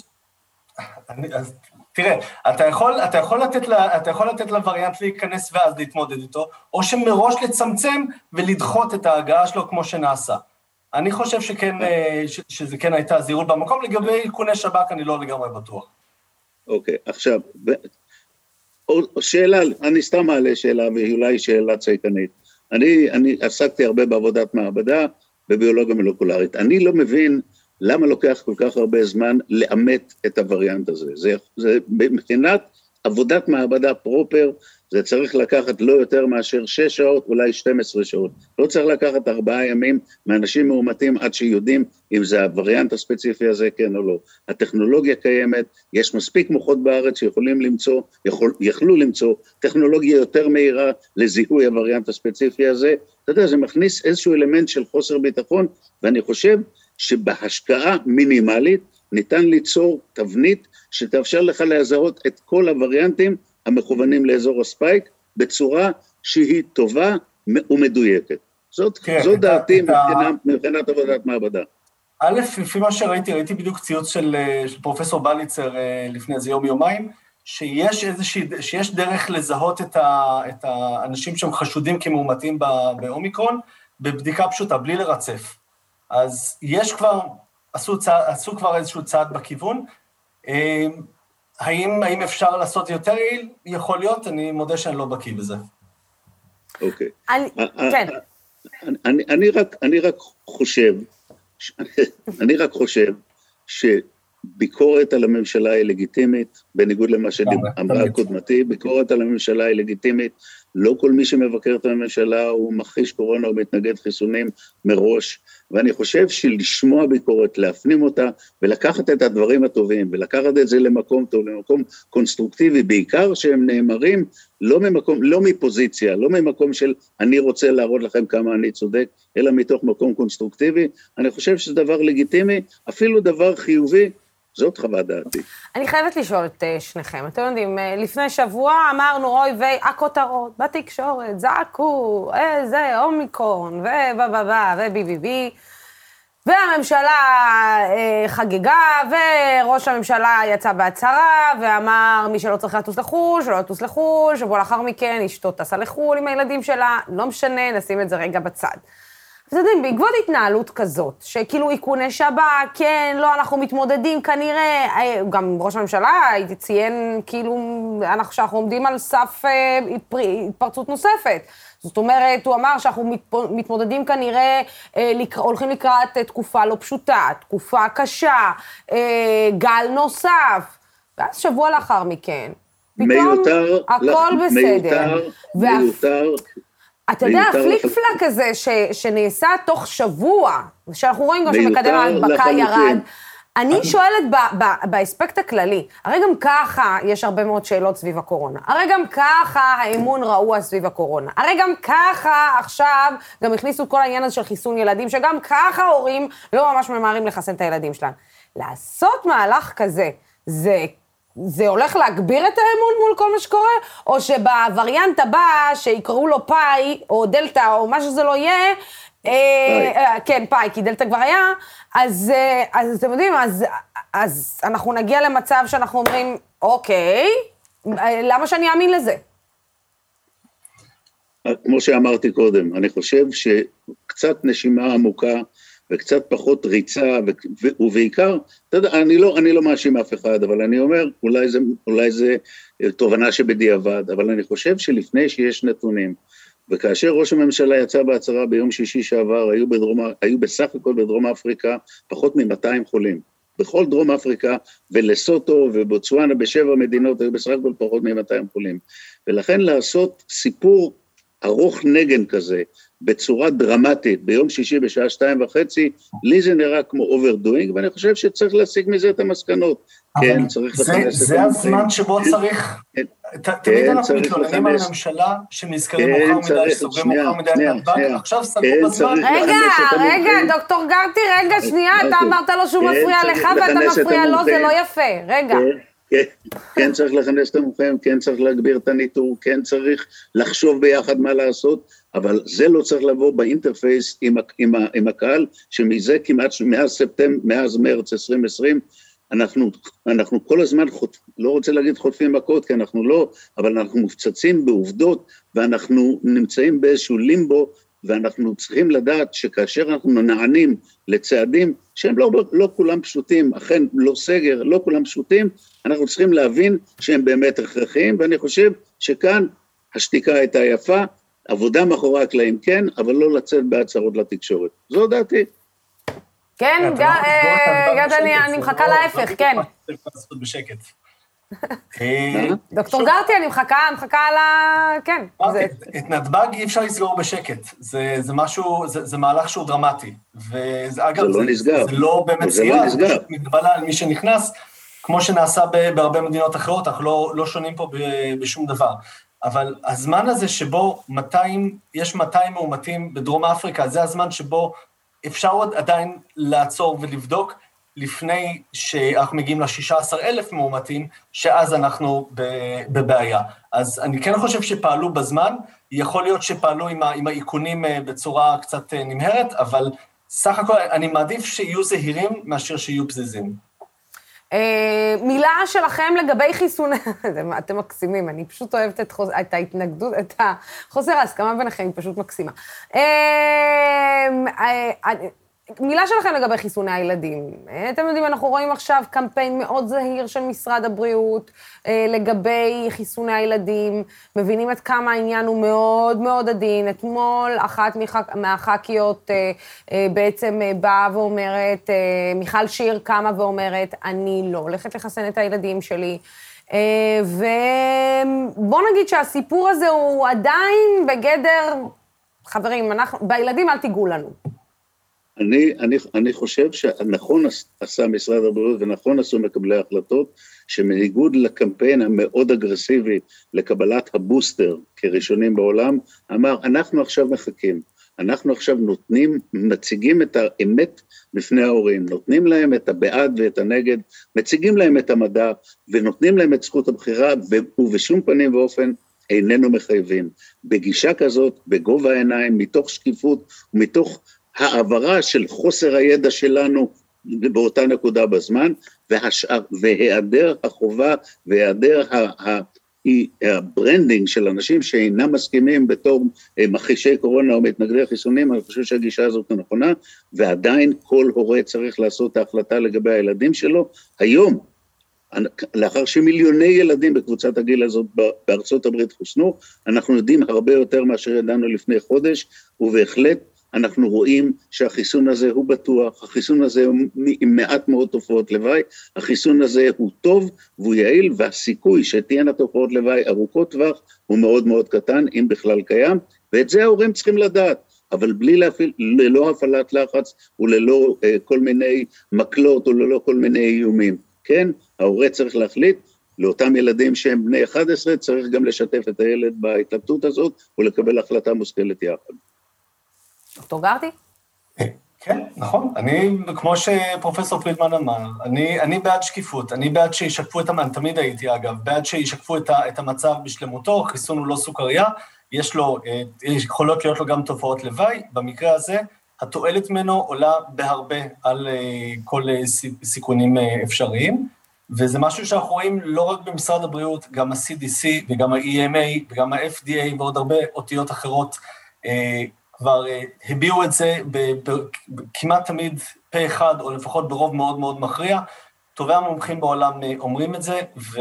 אז תראה, אתה יכול לתת לווריאנט להיכנס ואז להתמודד איתו, או שמראש לצמצם ולדחות את ההגעה שלו כמו שנעשה. אני חושב שזה כן הייתה זהירות במקום, לגבי איכוני שב"כ אני לא לגמרי בטוח. אוקיי, עכשיו, שאלה, אני סתם מעלה שאלה, ואולי שאלה צייקנית. אני עסקתי הרבה בעבודת מעבדה, בביולוגיה מולקולרית. אני לא מבין למה לוקח כל כך הרבה זמן לאמת את הווריאנט הזה. זה מבחינת עבודת מעבדה פרופר, זה צריך לקחת לא יותר מאשר 6 שעות, אולי 12 שעות. לא צריך לקחת 4 ימים מאנשים מאומתים עד שיודעים אם זה הווריאנט הספציפי הזה, כן או לא. הטכנולוגיה קיימת, יש מספיק מוחות בארץ שיכולים למצוא, יכלו למצוא טכנולוגיה יותר מהירה לזיהוי הווריאנט הספציפי הזה. אתה יודע, זה מכניס איזשהו אלמנט של חוסר ביטחון, ואני חושב שבהשקעה מינימלית ניתן ליצור תבנית שתאפשר לך להזהות את כל הווריאנטים המכוונים לאזור הספייק, בצורה שהיא טובה ומדויקת. זאת דעתי מבחינת עבודת מעבדה. א', לפי מה ראיתי בדיוק ציוץ של פרופסור בליצר לפני איזה יומיים, שיש דרך לזהות את האנשים שהם חשודים כמאומתים באומיקרון, בבדיקה פשוטה, בלי לרצף. אז עשו כבר איזשהו צעד בכיוון, האם אפשר לעשות יותר יעיל? יכול להיות, אני מודה שאני לא בקיא בזה. אוקיי. כן. אני רק חושב שביקורת על הממשלה היא לגיטימית, בניגוד למה שאמרה קודמתי, ביקורת על הממשלה היא לגיטימית, לא כל מי שמבקר את הממשלה הוא מכחיש קורונה או מתנגד חיסונים מראש, ואני חושב שלשמוע ביקורת, להפנים אותה, ולקחת את הדברים הטובים, ולקחת את זה למקום טוב, למקום קונסטרוקטיבי, בעיקר שהם נאמרים לא מפוזיציה, לא ממקום של אני רוצה להראות לכם כמה אני צודק, אלא מתוך מקום קונסטרוקטיבי, אני חושב שזה דבר לגיטימי, אפילו דבר חיובי, זאת חוות דעתי. אני חייבת לשאול את שניכם, אתם יודעים, לפני שבוע אמרנו, אוי הכותרות בתקשורת, זעקו, זה אומיקרון, וביביבי, והממשלה חגגה, וראש הממשלה יצא בהצהרה, ואמר, מי שלא צריך לטוס לחו"ל, שלא לטוס לחו"ל, שבוע לאחר מכן אשתו טסה לחו"ל עם הילדים שלה, לא משנה, נשים את זה רגע בצד. אז יודעים, בעקבות התנהלות כזאת, שכאילו איכוני שב"כ, כן, לא, אנחנו מתמודדים כנראה, גם ראש הממשלה ציין כאילו, שאנחנו עומדים על סף התפרצות נוספת. זאת אומרת, הוא אמר שאנחנו מתמודדים כנראה, הולכים לקראת תקופה לא פשוטה, תקופה קשה, גל נוסף, ואז שבוע לאחר מכן, פתאום הכל בסדר. מיותר. אתה יודע, הפליק-פלק הזה שנעשה תוך שבוע, שאנחנו רואים גם שמקדם ההדבקה ירד, אני שואלת באספקט הכללי, הרי גם ככה יש הרבה מאוד שאלות סביב הקורונה, הרי גם ככה האמון רעוע סביב הקורונה, הרי גם ככה עכשיו גם הכניסו כל העניין הזה של חיסון ילדים, שגם ככה הורים לא ממש ממהרים לחסן את הילדים שלהם. לעשות מהלך כזה, זה הולך להגביר את האמון מול כל מה שקורה, או שבווריאנט הבא, שיקראו לו פאי, או דלטה, או מה שזה לא יהיה, כן, פאי, כי דלטה כבר היה, אז אתם יודעים, אז אנחנו נגיע למצב שאנחנו אומרים, אוקיי, למה שאני אאמין לזה? כמו שאמרתי קודם, אני חושב שקצת נשימה עמוקה, וקצת פחות ריצה, ובעיקר, אתה יודע, אני לא מאשים אף אחד, אבל אני אומר, אולי זה תובנה שבדיעבד, אבל אני חושב שלפני שיש נתונים, וכאשר ראש הממשלה יצא בהצהרה ביום שישי שעבר, היו בסך הכל בדרום אפריקה פחות מ-200 חולים. בכל דרום אפריקה, ולסוטו ובוצואנה ב7 מדינות, היו בסך הכל פחות מ-200 חולים. ולכן לעשות סיפור ארוך נגן כזה, בצורה דרמטית, ביום שישי בשעה 2:30, לי זה נראה כמו overdoing, ואני חושב שצריך להשיג מזה את המסקנות. כן, צריך לכנס את המומחים. זה הזמן שבו צריך, תמיד אנחנו מתלוננים על הממשלה שנזכרים מאוחר מדי, שסוגרים מאוחר מדי את נתב"ג, עכשיו סגרו בזמן. רגע, דוקטור גרטי, רגע, שנייה, אתה אמרת לו שהוא מפריע לך ואתה מפריע לו, זה לא יפה, רגע. כן צריך לכנס את המומחים, כן צריך להגביר את הניטור, כן צריך לחשוב ביחד מה לעשות, אבל זה לא צריך לבוא באינטרפייס עם הקהל, שמזה כמעט מאז מרץ 2020, אנחנו כל הזמן, לא רוצה להגיד חוטפים מכות, כי אנחנו לא, אבל אנחנו מופצצים בעובדות, ואנחנו נמצאים באיזשהו לימבו, ואנחנו צריכים לדעת שכאשר אנחנו נענים לצעדים, שהם לא כולם פשוטים, אכן לא סגר, לא כולם פשוטים, אנחנו צריכים להבין שהם באמת הכרחיים, ואני חושב שכאן השתיקה הייתה יפה, עבודה מאחורי הקלעים כן, אבל לא לצאת בהצהרות לתקשורת. זו דעתי. כן, גד, אני מחכה להפך, כן. דוקטור גרטי, אני מחכה על ה... כן. את נתב"ג אי אפשר לסגור בשקט, זה משהו, זה מהלך שהוא דרמטי, ואגב, זה לא באמת סגירה, זה פשוט מגבלה על מי שנכנס, כמו שנעשה בהרבה מדינות אחרות, אנחנו לא שונים פה בשום דבר. אבל הזמן הזה שבו יש 200 מאומתים בדרום אפריקה, זה הזמן שבו אפשר עוד עדיין לעצור ולבדוק, לפני שאנחנו מגיעים ל-16,000 מאומתים, שאז אנחנו בבעיה. אז אני כן חושב שפעלו בזמן, יכול להיות שפעלו עם האיכונים בצורה קצת נמהרת, אבל סך הכל אני מעדיף שיהיו זהירים מאשר שיהיו פזיזים. מילה שלכם לגבי חיסוני, אתם מקסימים, אני פשוט אוהבת את ההתנגדות, את חוסר ההסכמה ביניכם, היא פשוט מקסימה. מילה שלכם לגבי חיסוני הילדים. אתם יודעים, אנחנו רואים עכשיו קמפיין מאוד זהיר של משרד הבריאות לגבי חיסוני הילדים, מבינים עד כמה העניין הוא מאוד מאוד עדין. אתמול אחת מהח"כיות בעצם באה ואומרת, מיכל שיר קמה ואומרת, אני לא הולכת לחסן את הילדים שלי, ובוא נגיד שהסיפור הזה הוא עדיין בגדר, חברים, בילדים אל תיגעו לנו. אני חושב שנכון עשה משרד הבריאות ונכון עשו מקבלי ההחלטות, שמניגוד לקמפיין המאוד אגרסיבי לקבלת הבוסטר כראשונים בעולם, אמר, אנחנו עכשיו מחכים, אנחנו עכשיו מציגים את האמת בפני ההורים, נותנים להם את הבעד ואת הנגד, מציגים להם את המדע, ונותנים להם את זכות הבחירה, ובשום פנים ואופן איננו מחייבים. בגישה כזאת, בגובה העיניים, מתוך שקיפות, ומתוך העברה של חוסר הידע שלנו באותה נקודה בזמן, והיעדר החובה, והיעדר הברנדינג של אנשים שאינם מסכימים בתור מכחישי קורונה או מתנגדי חיסונים, אני חושב שהגישה הזאת נכונה, ועדיין כל הורה צריך לעשות ההחלטה לגבי הילדים שלו. היום, לאחר שמיליוני ילדים בקבוצת הגיל הזאת בארצות הברית חוסנו, אנחנו יודעים הרבה יותר מאשר ידענו לפני חודש, ובהחלט אנחנו רואים שהחיסון הזה הוא בטוח, החיסון הזה הוא עם מעט מאוד תופעות לוואי, החיסון הזה הוא טוב והוא יעיל, והסיכוי שתהיינה תופעות לוואי ארוכות טווח הוא מאוד מאוד קטן, אם בכלל קיים, ואת זה ההורים צריכים לדעת, אבל ללא הפעלת לחץ וללא כל מיני מקלות או ללא כל מיני איומים. כן, ההורה צריך להחליט, לאותם ילדים שהם בני 11, צריך גם לשתף את הילד בהתלבטות הזאת ולקבל החלטה מושכלת יחד. דוקטור גרטי? כן, נכון. אני, כמו שפרופסור פרידמן אמר, אני בעד שקיפות, אני בעד שישקפו אני תמיד הייתי אגב, בעד שישקפו את המצב בשלמותו, חיסון הוא לא סוכריה, יכולות להיות לו גם תופעות לוואי, במקרה הזה, התועלת ממנו עולה בהרבה על כל סיכונים אפשריים, וזה משהו שאנחנו רואים לא רק במשרד הבריאות, גם ה-CDC וגם ה-EMA וגם ה-FDA ועוד הרבה אותיות אחרות, כבר הביאו את זה כמעט תמיד פה אחד, או לפחות ברוב מאוד מאוד מכריע. טובי המומחים בעולם אומרים את זה,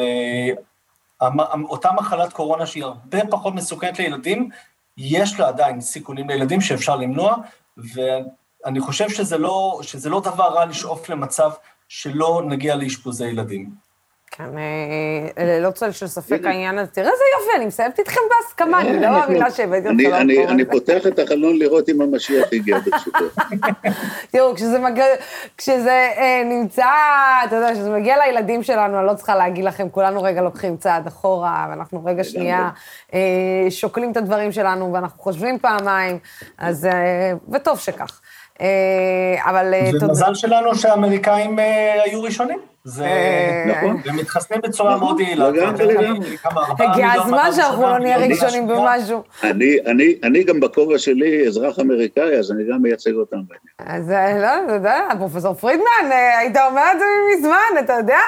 ואותה מחלת קורונה שהיא הרבה פחות מסוכנת לילדים, יש לה עדיין סיכונים לילדים שאפשר למנוע, ואני חושב שזה לא דבר רע לשאוף למצב שלא נגיע לאשפוזי ילדים. כן, לא צל של ספק העניין הזה. תראה איזה יופי, אני מסיימת איתכם בהסכמה, אני לא מאמינה שהבאתי אותך למקום הזה. אני פותח את החלון לראות אם המשיח הגיע ברשותו. תראו, כשזה נמצא, אתה יודע, כשזה מגיע לילדים שלנו, אני לא צריכה להגיד לכם, כולנו רגע לוקחים צעד אחורה, ואנחנו רגע שנייה שוקלים את הדברים שלנו, ואנחנו חושבים פעמיים, אז, וטוב שכך. אבל... זה מזל שלנו שהאמריקאים היו ראשונים. זה נכון, הם מתחסנים בצורה מאוד יעילה. הגיע הזמן שאנחנו לא נהיה ראשונים במשהו. אני גם בכובע שלי אזרח אמריקאי, אז אני גם מייצג אותם בעניין. אז לא, אתה יודע, פרופסור פרידמן, היית אומר את זה מזמן, אתה יודע.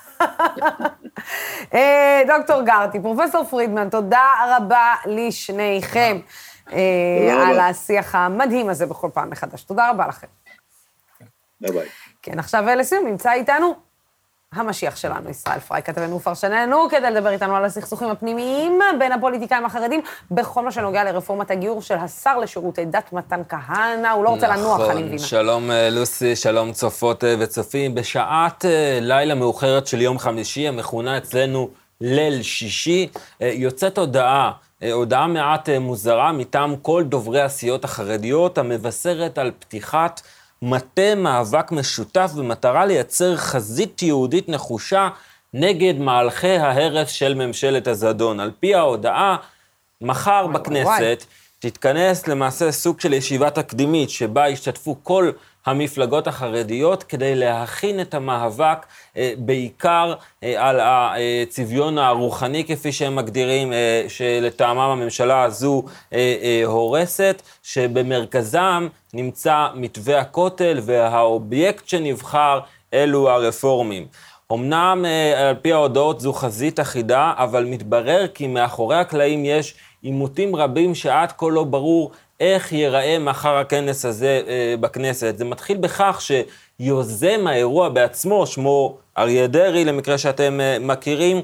דוקטור גרטי, פרופסור פרידמן, תודה רבה לשניכם על השיח המדהים הזה בכל פעם מחדש. תודה רבה לכם. ביי ביי. כן, עכשיו לסיום נמצא איתנו המשיח שלנו, ישראל פריי, כתבנו ופרשננו, כדי לדבר איתנו על הסכסוכים הפנימיים בין הפוליטיקאים החרדים, בכל מה שנוגע לרפורמת הגיור של השר לשירותי דת מתן כהנא, הוא לא רוצה לנוח, אני מבינה. שלום לוסי, שלום צופות וצופים. בשעת לילה מאוחרת של יום חמישי, המכונה אצלנו ליל שישי, יוצאת הודעה מעט מוזרה מטעם כל דוברי הסיעות החרדיות, המבשרת על פתיחת מטה מאבק משותף במטרה לייצר חזית יהודית נחושה נגד מהלכי ההרס של ממשלת הזדון. על פי ההודעה, מחר בכנסת תתכנס למעשה סוג של ישיבה תקדימית, שבה ישתתפו כל המפלגות החרדיות כדי להכין את המאבק בעיקר על הצביון הרוחני, כפי שהם מגדירים, שלטעמם הממשלה הזו הורסת, שבמרכזם נמצא מתווה הכותל, והאובייקט שנבחר אלו הרפורמים. אמנם על פי ההודעות זו חזית אחידה, אבל מתברר כי מאחורי הקלעים יש עימותים רבים שעד כה לא ברור איך ייראה מחר הכנס הזה בכנסת. זה מתחיל בכך שיוזם האירוע בעצמו, שמו אריה דרעי, למקרה שאתם מכירים,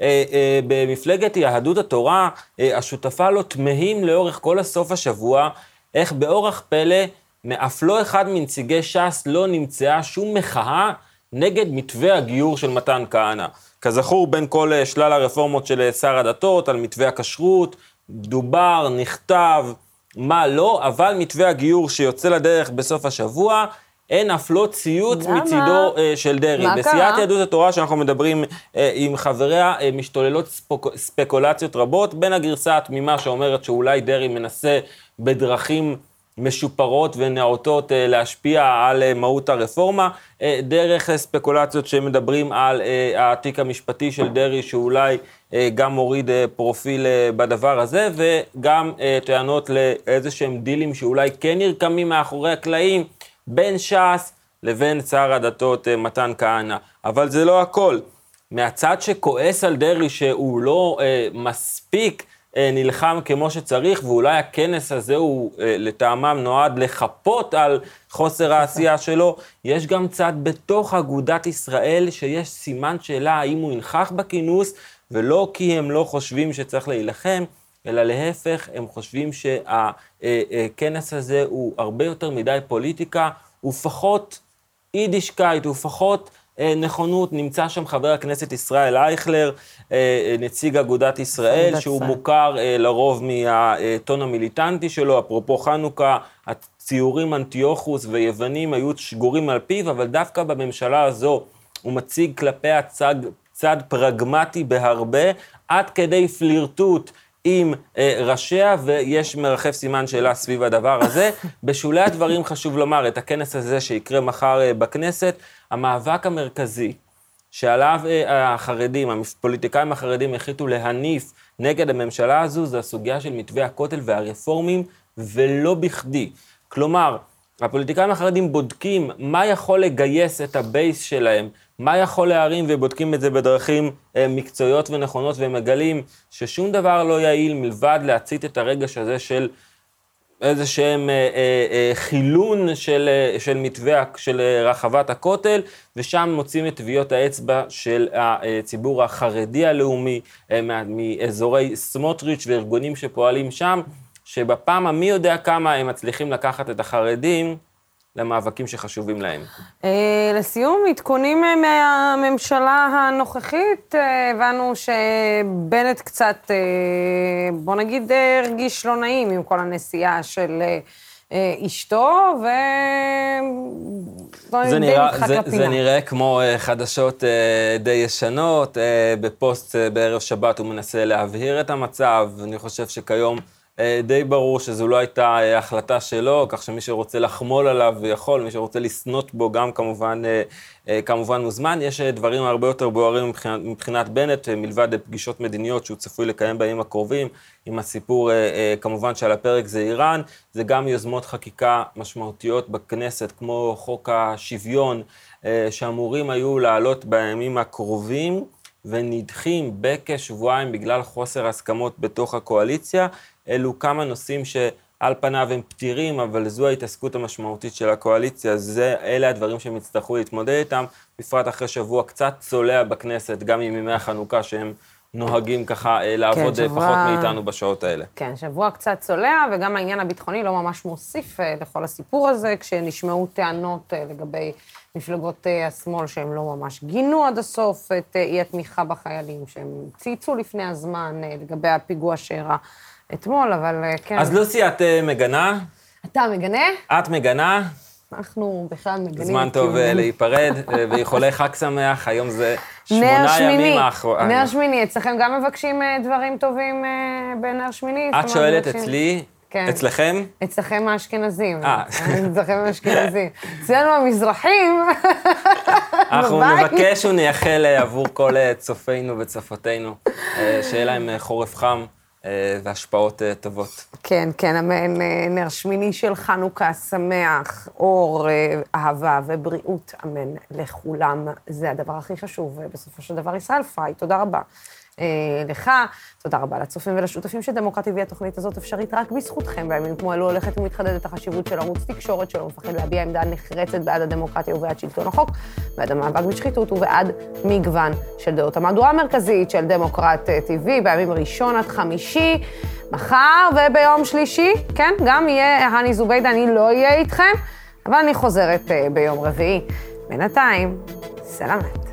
במפלגת יהדות התורה, השותפה לו תמהים לאורך כל הסוף השבוע, איך באורח פלא, מאף לא אחד מנציגי ש"ס לא נמצאה שום מחאה נגד מתווה הגיור של מתן כהנא. כזכור, בין כל שלל הרפורמות של שר הדתות, על מתווה הכשרות, דובר, נכתב, מה לא, אבל מתווה הגיור שיוצא לדרך בסוף השבוע, אין אף לא ציוץ מצידו של דרעי. בסיעת יהדות התורה שאנחנו מדברים עם חבריה, משתוללות ספקולציות רבות, בין הגרסה התמימה שאומרת שאולי דרעי מנסה בדרכים משופרות ונאותות להשפיע על מהות הרפורמה, דרך ספקולציות שמדברים על העתיק המשפטי של דרעי, שאולי גם מוריד פרופיל בדבר הזה, וגם טענות לאיזה שהם דילים שאולי כן נרקמים מאחורי הקלעים, בין ש"ס לבין שר הדתות מתן כהנא. אבל זה לא הכל. מהצד שכועס על דרעי שהוא לא מספיק נלחם כמו שצריך, ואולי הכנס הזה הוא לטעמם נועד לחפות על חוסר העשייה שלו, יש גם צד בתוך אגודת ישראל שיש סימן שאלה האם הוא ינכח בכינוס, ולא כי הם לא חושבים שצריך להילחם, אלא להפך, הם חושבים שהכנס הזה הוא הרבה יותר מדי פוליטיקה, ופחות יידישקייט, ופחות נכונות. נמצא שם חבר הכנסת ישראל אייכלר, נציג אגודת ישראל, שהוא מוכר לרוב מהטון המיליטנטי שלו, אפרופו חנוכה, הציורים אנטיוכוס ויוונים היו שגורים על פיו, אבל דווקא בממשלה הזו הוא מציג כלפי צד פרגמטי בהרבה, עד כדי פלירטוט עם ראשיה, ויש מרחב סימן שאלה סביב הדבר הזה. בשולי הדברים חשוב לומר, את הכנס הזה שיקרה מחר בכנסת, המאבק המרכזי שעליו החרדים, הפוליטיקאים החרדים החליטו להניף נגד הממשלה הזו, זה הסוגיה של מתווה הכותל והרפורמים, ולא בכדי. כלומר, הפוליטיקאים החרדים בודקים מה יכול לגייס את הבייס שלהם, מה יכול להרים, ובודקים את זה בדרכים מקצועיות ונכונות, ומגלים ששום דבר לא יעיל מלבד להצית את הרגש הזה של איזה שהם חילון של מתווה של רחבת הכותל, ושם מוצאים את טביעות האצבע של הציבור החרדי הלאומי, מאזורי סמוטריץ' וארגונים שפועלים שם, שבפעם המי יודע כמה הם מצליחים לקחת את החרדים למאבקים שחשובים להם. לסיום, עדכונים מהממשלה הנוכחית, הבנו שבנט קצת, בוא נגיד, הרגיש לא נעים עם כל הנסיעה של אשתו, זה נראה כמו חדשות די ישנות, בפוסט בערב שבת הוא מנסה להבהיר את המצב, אני חושב שכיום די ברור שזו לא הייתה החלטה שלו, כך שמי שרוצה לחמול עליו יכול, מי שרוצה לסנות בו גם כמובן מוזמן. יש דברים הרבה יותר בוערים מבחינת בנט, מלבד פגישות מדיניות שהוא צפוי לקיים בימים הקרובים, עם הסיפור כמובן שעל הפרק זה איראן, זה גם יוזמות חקיקה משמעותיות בכנסת, כמו חוק השוויון, שאמורים היו לעלות בימים הקרובים, ונדחים בכשבועיים בגלל חוסר הסכמות בתוך הקואליציה. אלו כמה נושאים שעל פניו הם פתירים, אבל זו ההתעסקות המשמעותית של הקואליציה, אלה הדברים שהם יצטרכו להתמודד איתם, בפרט אחרי שבוע קצת צולע בכנסת, גם עם ימי החנוכה שהם נוהגים ככה לעבוד פחות מאיתנו בשעות האלה. כן, שבוע קצת צולע, וגם העניין הביטחוני לא ממש מוסיף לכל הסיפור הזה, כשנשמעו טענות לגבי מפלגות השמאל שהם לא ממש גינו עד הסוף את אי התמיכה בחיילים, שהם צייצו לפני הזמן לגבי הפיגוע שאירע אתמול, אבל כן. אז לוסי, את מגנה? אתה מגנה? את מגנה? אנחנו בכלל מגנים. זמן טוב להיפרד, ואיחולי חג שמח, היום זה 8 ימים האחרונים. נר שמיני, אצלכם גם מבקשים דברים טובים בנר שמיני? את שואלת אצלי, אצלכם? אצלכם האשכנזים. אצלכם האשכנזים. אצלנו המזרחים. אנחנו נבקש ונייחל עבור כל צופינו וצופותינו, שיהיה להם חורף חם. והשפעות טובות. כן, כן, אמן, נר שמיני של חנוכה שמח, אור, אהבה ובריאות, אמן לכולם. זה הדבר הכי חשוב, בסופו של דבר ישראל פריי, תודה רבה. לך, תודה רבה לצופים ולשותפים של דמוקרטי, והתוכנית הזאת אפשרית רק בזכותכם, בימים כמו אלו הולכת ומתחדדת החשיבות של ערוץ תקשורת שלא מפחד להביע עמדה נחרצת בעד הדמוקרטיה ובעד שלטון החוק, בעד המאבק בשחיתות ובעד מגוון של דעות. המהדורה המרכזית של דמוקרט TV בימים ראשון עד חמישי, מחר וביום שלישי, כן, גם יהיה הני זוביידה, אני לא אהיה איתכם, אבל אני חוזרת ביום רביעי. בינתיים, סלמת.